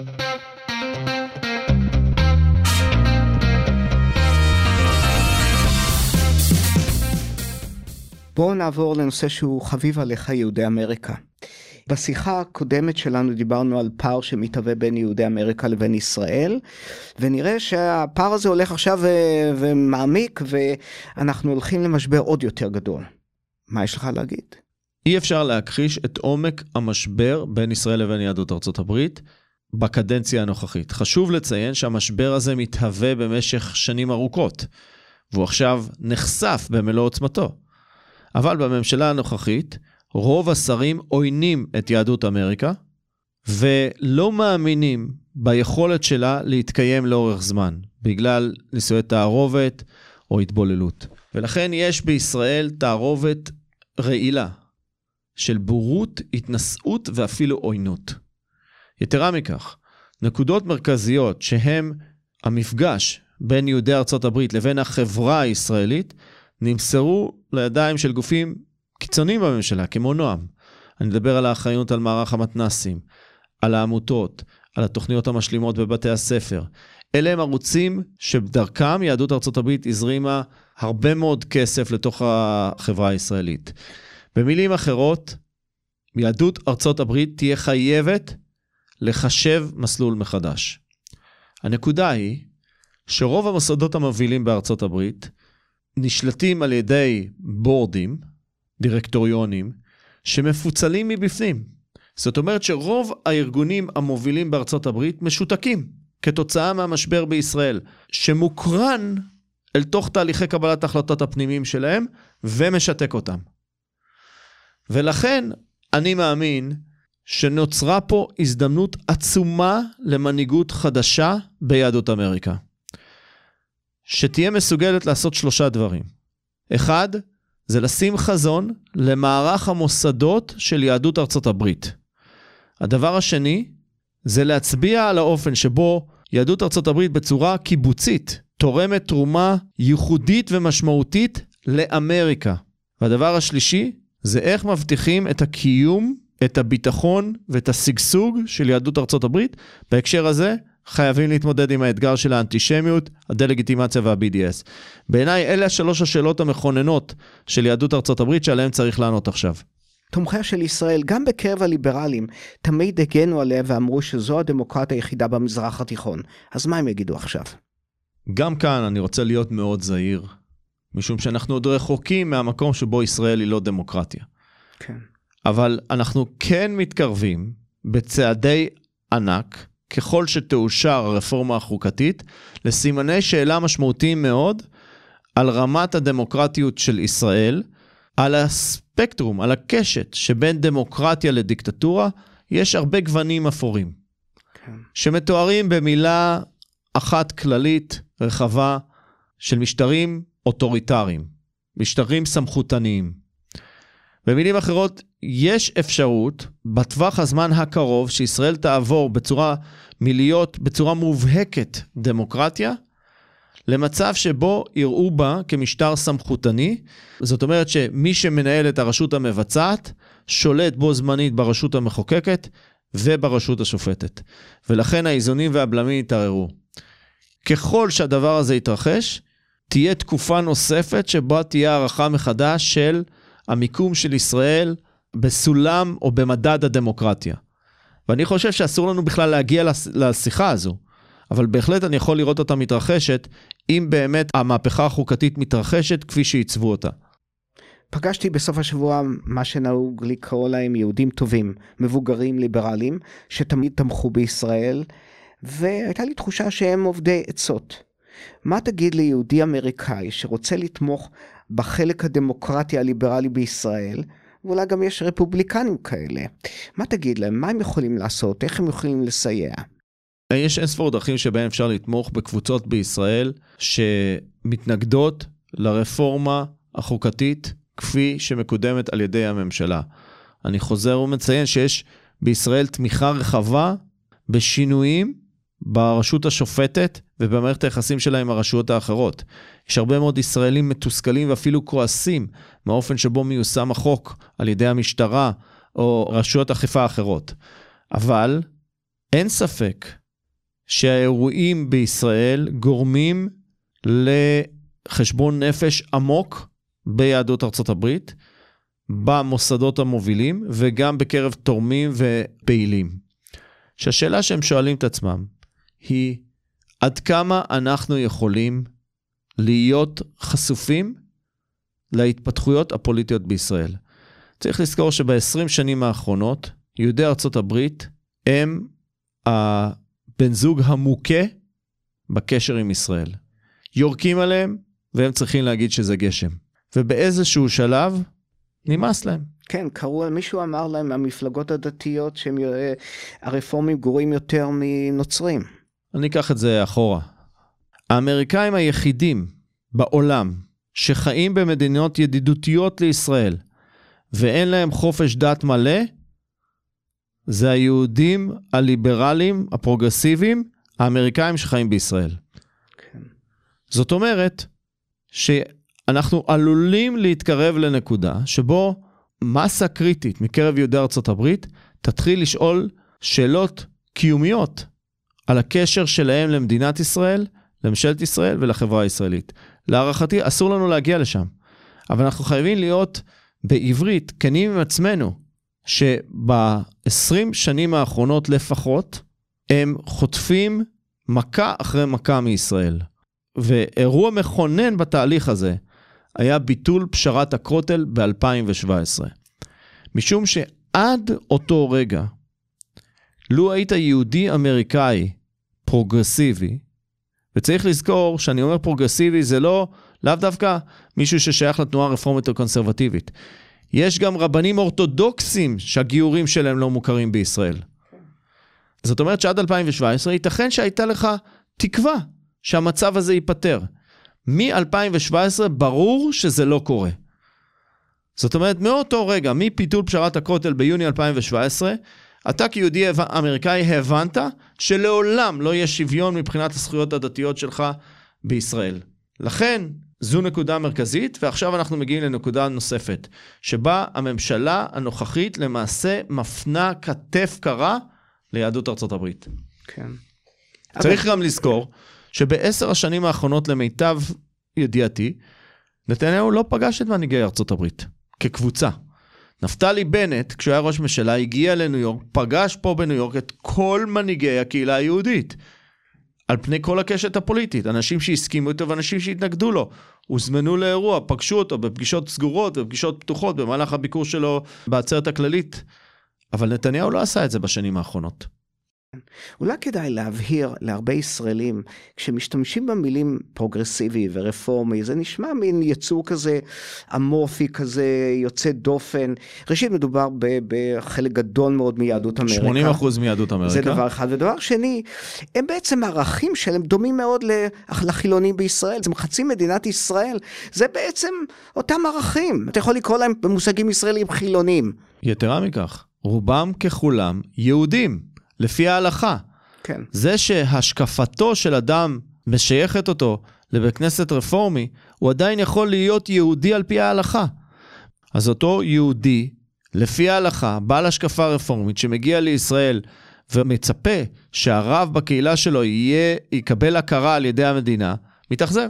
בואו נעבור לנושא שהוא חביב עליך, יהודי אמריקה. בשיחה הקודמת שלנו דיברנו על פער שמתהווה בין יהודי אמריקה לבין ישראל, ונראה שהפער הזה הולך עכשיו ומעמיק, ואנחנו הולכים למשבר עוד יותר גדול. מה יש לך להגיד? אי אפשר להכחיש את עומק המשבר בין ישראל לבין יהדות ארצות הברית בקדנציה הנוכחית. חשוב לציין שהמשבר הזה מתהווה במשך שנים ארוכות, והוא עכשיו נחשף במלוא עוצמתו. אבל בממשלה הנוכחית, רוב השרים עוינים את יהדות אמריקה, ולא מאמינים ביכולת שלה להתקיים לאורך זמן, בגלל נישואי תערובת או התבוללות. ולכן יש בישראל תערובת רעילה, של בורות, התנשאות ואפילו עוינות. יתרה מכך, נקודות מרכזיות שהן המפגש בין יהודי ארצות הברית לבין החברה הישראלית, נמסרו לידיים של גופים קיצוניים בממשלה, כמו נועם. אני מדבר על האחריות על מערך המתנסים, על העמותות, על התוכניות המשלימות בבתי הספר. אלה הם ערוצים שבדרכם יהדות ארצות הברית הזרימה הרבה מאוד כסף לתוך החברה הישראלית. במילים אחרות, יהדות ארצות הברית תהיה חייבת לחשב מסלול מחדש. הנקודה היא שרוב המוסדות המובילים בארצות הברית נשלטים על ידי בורדים, דירקטוריונים, שמפוצלים מבפנים. זאת אומרת שרוב הארגונים המובילים בארצות הברית משותקים כתוצאה מהמשבר בישראל, שמוקרן אל תוך תהליכי קבלת החלטות הפנימיים שלהם ומשתק אותם. ולכן אני מאמין שנוצרה פה הזדמנות עצומה למנהיגות חדשה ביהדות אמריקה. שתהיה מסוגלת לעשות 3 דברים. 1, זה לשים חזון למערך המוסדות של יהדות ארצות הברית. הדבר השני, זה להצביע על האופן שבו יהדות ארצות הברית בצורה קיבוצית, תורמת תרומה ייחודית ומשמעותית לאמריקה. והדבר השלישי, זה איך מבטיחים את הקיום, את הביטחון ואת השגשוג של יהדות ארצות הברית. בהקשר הזה, חייבים להתמודד עם האתגר של האנטישמיות, הדלגיטימציה וה-BDS. בעיניי, אלה 3 השאלות המכוננות של יהדות ארצות הברית שעליהן צריך לענות עכשיו. תומכיה של ישראל, גם בקרב הליברלים, תמיד הגנו עליה ואמרו שזו הדמוקרטיה היחידה במזרח התיכון. אז מה הם יגידו עכשיו? גם כאן אני רוצה להיות מאוד זהיר, משום שאנחנו עוד רחוקים מהמקום שבו ישראל היא לא דמוקרטיה. כן. אבל אנחנו כן מתקרבים בצעדי ענק, ככל שתאושר הרפורמה החוקתית, לסימני שאלה משמעותיים מאוד על רמת הדמוקרטיות של ישראל, על הספקטרום, על הקשת שבין דמוקרטיה לדיקטטורה, יש הרבה גוונים אפורים, כן. שמתוארים במילה אחת כללית רחבה של משטרים אוטוריטריים, משטרים סמכותניים. במילים אחרות, יש אפשרות בטווח הזמן הקרוב שישראל תעבור מלהיות בצורה מובהקת דמוקרטיה, למצב שבו יראו בה כמשטר סמכותני. זאת אומרת שמי שמנהל את הרשות המבצעת, שולט בו זמנית ברשות המחוקקת וברשות השופטת. ולכן האיזונים והבלמים יתערערו. ככל שהדבר הזה יתרחש, תהיה תקופה נוספת שבה תהיה הערכה מחדש של המיקום של ישראל בסולם או במדד הדמוקרטיה. ואני חושב שאסור לנו בכלל להגיע לשיחה הזו, אבל בהחלט אני יכול לראות אותה מתרחשת, אם באמת המהפכה החוקתית מתרחשת כפי שעיצבו אותה. פגשתי בסוף השבוע מה שנהוג לקרוא להם יהודים טובים, מבוגרים ליברליים, שתמיד תמכו בישראל, והייתה לי תחושה שהם עובדי עצות. מה תגיד ליהודי אמריקאי שרוצה לתמוך בחלק הדמוקרטי הליברלי בישראל, ואולי גם יש רפובליקנים כאלה? מה תגיד להם? מה הם יכולים לעשות? איך הם יכולים לסייע? יש אינספור דרכים שבהם אפשר לתמוך בקבוצות בישראל שמתנגדות לרפורמה החוקתית כפי שמקודמת על ידי הממשלה. אני חוזר ומציין שיש בישראל תמיכה רחבה בשינויים ברשות השופטת ובמערכת היחסים שלה עם הרשויות האחרות. יש הרבה מאוד ישראלים מתוסכלים ואפילו כועסים מהאופן שבו מיושם החוק על ידי המשטרה או רשויות אכיפה אחרות. אבל אין ספק שהאירועים בישראל גורמים לחשבון נפש עמוק ביהדות ארצות הברית, במוסדות המובילים וגם בקרב תורמים ופעילים. שהשאלה שהם שואלים את עצמם היא עד כמה אנחנו יכולים להיות חשופים להתפתחויות הפוליטיות בישראל. צריך לזכור שב-20 שנים האחרונות, יהודי ארצות הברית הם הבן זוג המוכה בקשר עם ישראל. יורקים עליהם, והם צריכים להגיד שזה גשם. ובאיזשהו שלב, נמאס להם. כן, מישהו אמר להם, המפלגות הדתיות, שהם הרפורמים גרועים יותר מנוצרים. אני אקח את זה אחורה. האמריקאים היחידים בעולם, שחיים במדינות ידידותיות לישראל, ואין להם חופש דת מלא, זה היהודים הליברליים, הפרוגרסיביים, האמריקאים שחיים בישראל. כן. זאת אומרת, שאנחנו עלולים להתקרב לנקודה, שבו מסה קריטית מקרב יהודי ארצות הברית, תתחיל לשאול שאלות קיומיות, על הקשר שלהם למדינת ישראל, לממשלת ישראל ולחברה הישראלית. להערכתי, אסור לנו להגיע לשם. אבל אנחנו חייבים להיות בעברית, כנים עם עצמנו, שב-20 שנים האחרונות לפחות, הם חוטפים מכה אחרי מכה מישראל. ואירוע מכונן בתהליך הזה, היה ביטול פשרת הכותל ב-2017. משום שעד אותו רגע, לו היית יהודי אמריקאי פרוגרסיבי, וצריך לזכור שאני אומר פרוגרסיבי, זה לאו דווקא מישהו ששייך לתנועה הרפורמית או קונסרבטיבית. יש גם רבנים אורתודוקסים שהגיורים שלהם לא מוכרים בישראל. זאת אומרת שעד 2017 ייתכן שהייתה לך תקווה שהמצב הזה ייפטר. מ-2017 ברור שזה לא קורה. זאת אומרת, מאותו רגע, מפיתול פשרת הכותל ביוני 2017, אתה כיהודי אמריקאי הבנת שלעולם לא יהיה שוויון מבחינת הזכויות הדתיות שלך בישראל. לכן, זו נקודה מרכזית, ועכשיו אנחנו מגיעים לנקודה נוספת, שבה הממשלה הנוכחית למעשה מפנה כתף קרה ליהדות ארצות הברית. כן. צריך גם לזכור שב10 השנים האחרונות למיטב ידיעתי, נתניהו לא פגש את מנהיגי ארצות הברית, כקבוצה. נפתלי בנט, כשהוא היה ראש ממשלה, הגיע לניו יורק, פגש פה בניו יורק את כל מנהיגי הקהילה היהודית, על פני כל הקשת הפוליטית, אנשים שהסכימו איתו ואנשים שהתנגדו לו, הוזמנו לאירוע, פגשו אותו בפגישות סגורות ובפגישות פתוחות, במהלך הביקור שלו בעצרת הכללית, אבל נתניהו לא עשה את זה בשנים האחרונות. אולי כדאי להבהיר להרבה ישראלים, כשמשתמשים במילים פרוגרסיבי ורפורמי, זה נשמע מין יצור כזה אמורפי, כזה יוצא דופן. ראשית מדובר בחלק גדול מאוד מיהדות אמריקה. 80% מיהדות אמריקה. זה דבר אחד. ודבר שני, הם בעצם ערכים שלהם דומים מאוד לחילונים בישראל. זה חצי מדינת ישראל. זה בעצם אותם ערכים. אתה יכול לקרוא להם במושגים ישראלים חילונים. יתרה מכך, רובם ככולם יהודים. לפי ההלכה. כן. זה שהשקפתו של אדם משייכת אותו לבית כנסת רפורמי, הוא עדיין יכול להיות יהודי על פי ההלכה. אז אותו יהודי, לפי ההלכה, בעל השקפה רפורמית, שמגיע לישראל ומצפה שהרב בקהילה שלו יקבל הכרה על ידי המדינה, מתאכזב.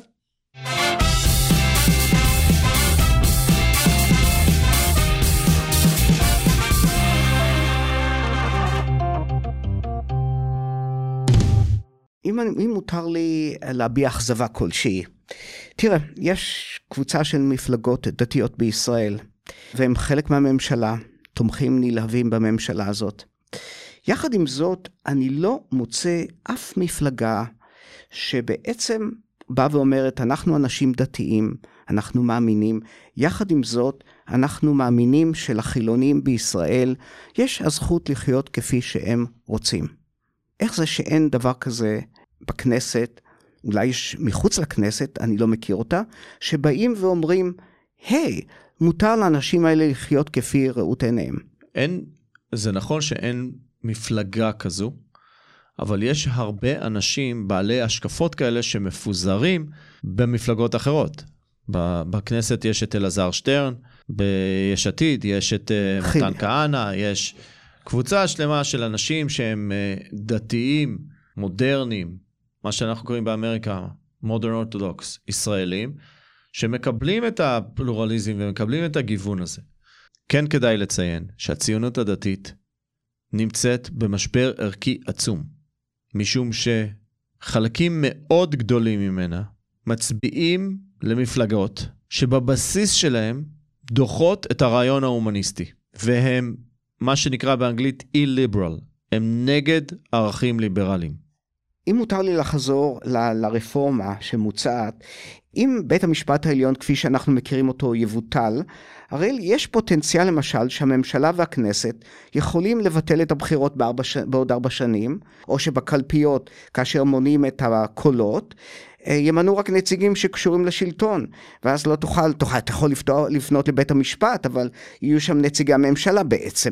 אם מותר לי להביע אכזבה כלשהי. תראה, יש קבוצה של מפלגות דתיות בישראל, והם חלק מהממשלה, תומכים נלהבים בממשלה הזאת. יחד עם זאת, אני לא מוצא אף מפלגה שבעצם באה ואומרת, אנחנו אנשים דתיים, אנחנו מאמינים. יחד עם זאת, אנחנו מאמינים שלחילונים בישראל יש הזכות לחיות כפי שהם רוצים. איך זה שאין דבר כזה בכנסת, אולי יש מחוץ לכנסת, אני לא מכיר אותה, שבאים ואומרים, היי, מותר לאנשים האלה לחיות כפי ראות עיניהם. זה נכון שאין מפלגה כזו, אבל יש הרבה אנשים בעלי השקפות כאלה שמפוזרים במפלגות אחרות. בכנסת יש את אלעזר שטרן, ביש עתיד יש את מתן כהנא, יש קבוצה שלמה של אנשים שהם דתיים, מודרניים, מה שאנחנו קוראים באמריקה, modern orthodox, ישראלים, שמקבלים את הפלורליזם ומקבלים את הגיוון הזה. כן כדאי לציין שהציונות הדתית נמצאת במשבר ערכי עצום, משום שחלקים מאוד גדולים ממנה מצביעים למפלגות שבבסיס שלהם דוחות את הרעיון ההומניסטי, והם מה שנקרא באנגלית illiberal, הם נגד ערכים ליברליים. אם מותר לי לחזור לרפורמה שמוצעת, אם בית המשפט העליון כפי שאנחנו מכירים אותו יבוטל, הרי יש פוטנציאל למשל שהממשלה והכנסת יכולים לבטל את הבחירות בעוד 4 שנים, או שבקלפיות כאשר מונים את הקולות, ימנו רק נציגים שקשורים לשלטון, ואז לא אתה יכול לפנות לבית המשפט, אבל יהיו שם נציגי הממשלה בעצם.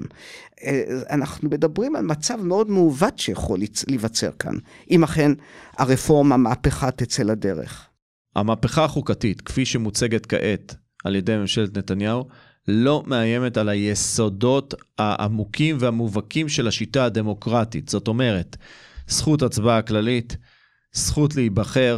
אנחנו מדברים על מצב מאוד מעוות שיכול להיווצר כאן, אם אכן הרפורמה, מהפכה תצא לדרך. המהפכה החוקתית, כפי שמוצגת כעת על ידי ממשלת נתניהו, לא מאיימת על היסודות העמוקים והמובהקים של השיטה הדמוקרטית. זאת אומרת, זכות הצבעה כללית, זכות להיבחר,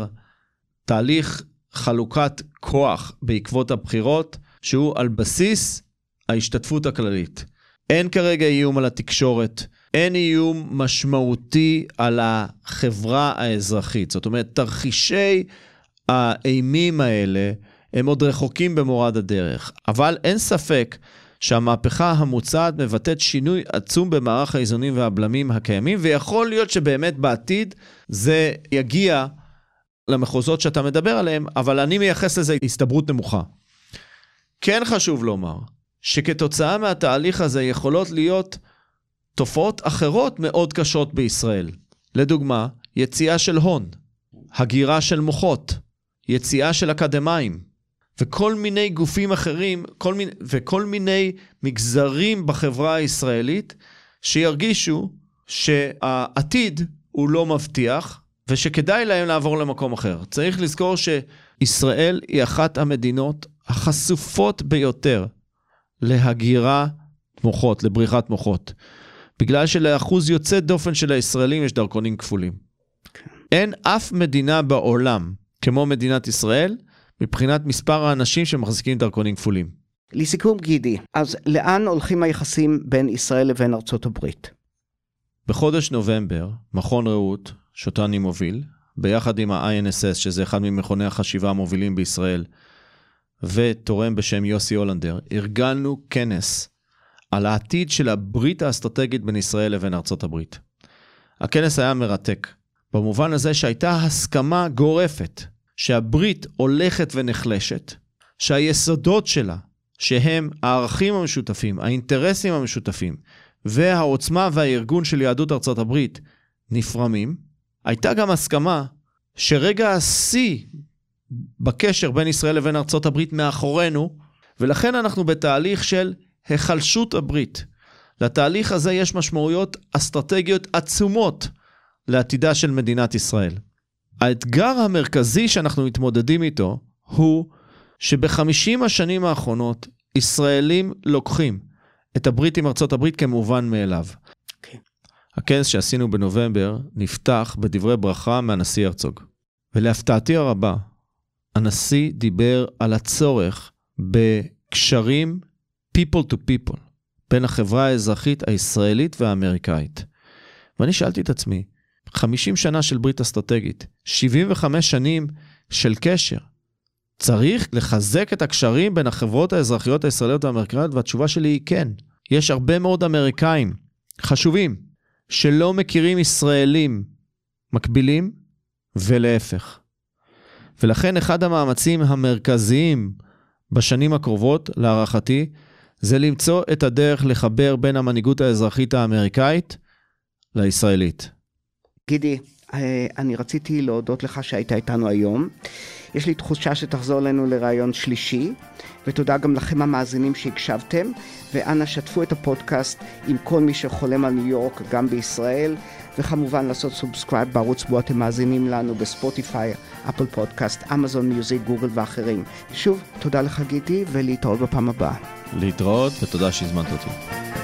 תהליך חלוקת כוח בעקבות הבחירות, שהוא על בסיס ההשתתפות הכללית. אין כרגע איום על התקשורת, אין איום משמעותי על החברה האזרחית. זאת אומרת, תרחישי האימים האלה הם עוד רחוקים במורד הדרך. אבל אין ספק שהמהפכה המוצעת מבטאת שינוי עצום במערך האיזונים והבלמים הקיימים, ויכול להיות שבאמת בעתיד זה יגיע למחוזות שאתה מדבר עליהם, אבל אני מייחס לזה הסתברות נמוכה. כן חשוב לומר שכתוצאה מהתהליך הזה יכולות להיות תופעות אחרות מאוד קשות בישראל. לדוגמה, יציאה של הון, הגירה של מוחות, יציאה של אקדמיים, וכל מיני גופים אחרים, וכל מיני מגזרים בחברה הישראלית, שירגישו שהעתיד הוא לא מבטיח, ושכדאי להם לעבור למקום אחר. צריך לזכור שישראל היא אחת המדינות החשופות ביותר להגירה מוחות, לבריחת מוחות. בגלל שלאחוז יוצא דופן של הישראלים יש דרכונים כפולים. אין אף מדינה בעולם כמו מדינת ישראל, מבחינת מספר האנשים שמחזיקים דרכונים כפולים. לסיכום גידי, אז לאן הולכים היחסים בין ישראל לבין ארצות הברית? בחודש נובמבר, מכון רעות, שאותו אני מוביל, ביחד עם ה-INSS, שזה אחד ממכוני החשיבה המובילים בישראל, ותורם בשם יוסי הולנדר, ארגנו כנס על העתיד של הברית האסטרטגית בין ישראל לבין ארצות הברית. הכנס היה מרתק, במובן הזה שהייתה הסכמה גורפת, שהברית הולכת ונחלשת, שהיסודות שלה, שהם הערכים המשותפים, האינטרסים המשותפים, והעוצמה והארגון של יהדות ארצות הברית נפרמים, הייתה גם הסכמה שרגע השיא בקשר בין ישראל לבין ארצות הברית מאחורינו, ולכן אנחנו בתהליך של החלשות הברית. לתהליך הזה יש משמעויות אסטרטגיות עצומות לעתידה של מדינת ישראל. האתגר המרכזי שאנחנו מתמודדים איתו הוא שב-50 השנים האחרונות ישראלים לוקחים את הברית עם ארצות הברית כמובן מאליו. הכנס שעשינו בנובמבר נפתח בדברי ברכה מהנשיא הרצוג. ולהפתעתי הרבה, הנשיא דיבר על הצורך בקשרים people to people, בין החברה האזרחית הישראלית והאמריקאית. ואני שאלתי את עצמי, 50 שנה של ברית אסטרטגית, 75 שנים של קשר, צריך לחזק את הקשרים בין החברות האזרחיות הישראליות והאמריקאיות? והתשובה שלי היא כן. יש הרבה מאוד אמריקאים חשובים, שלא מכירים ישראלים מקבילים, ולהפך. ולכן אחד המאמצים המרכזיים בשנים הקרובות, להערכתי, זה למצוא את הדרך לחבר בין המנהיגות האזרחית האמריקאית לישראלית. גידי, אני רציתי להודות לך שהיית איתנו היום. יש לי תחושה שתחזור לנו לרעיון שלישי, ותודה גם לכם המאזינים שהקשבתם, ואנא שתפו את הפודקאסט עם כל מי שחולם על ניו יורק, גם בישראל, וכמובן לעשות סובסקרייב בערוץ בו אתם מאזינים לנו בספוטיפיי, אפל פודקאסט, אמזון מיוזיק, גוגל ואחרים. שוב, תודה לך גידי, ולהתראות בפעם הבאה. להתראות, ותודה שהזמנת אותי.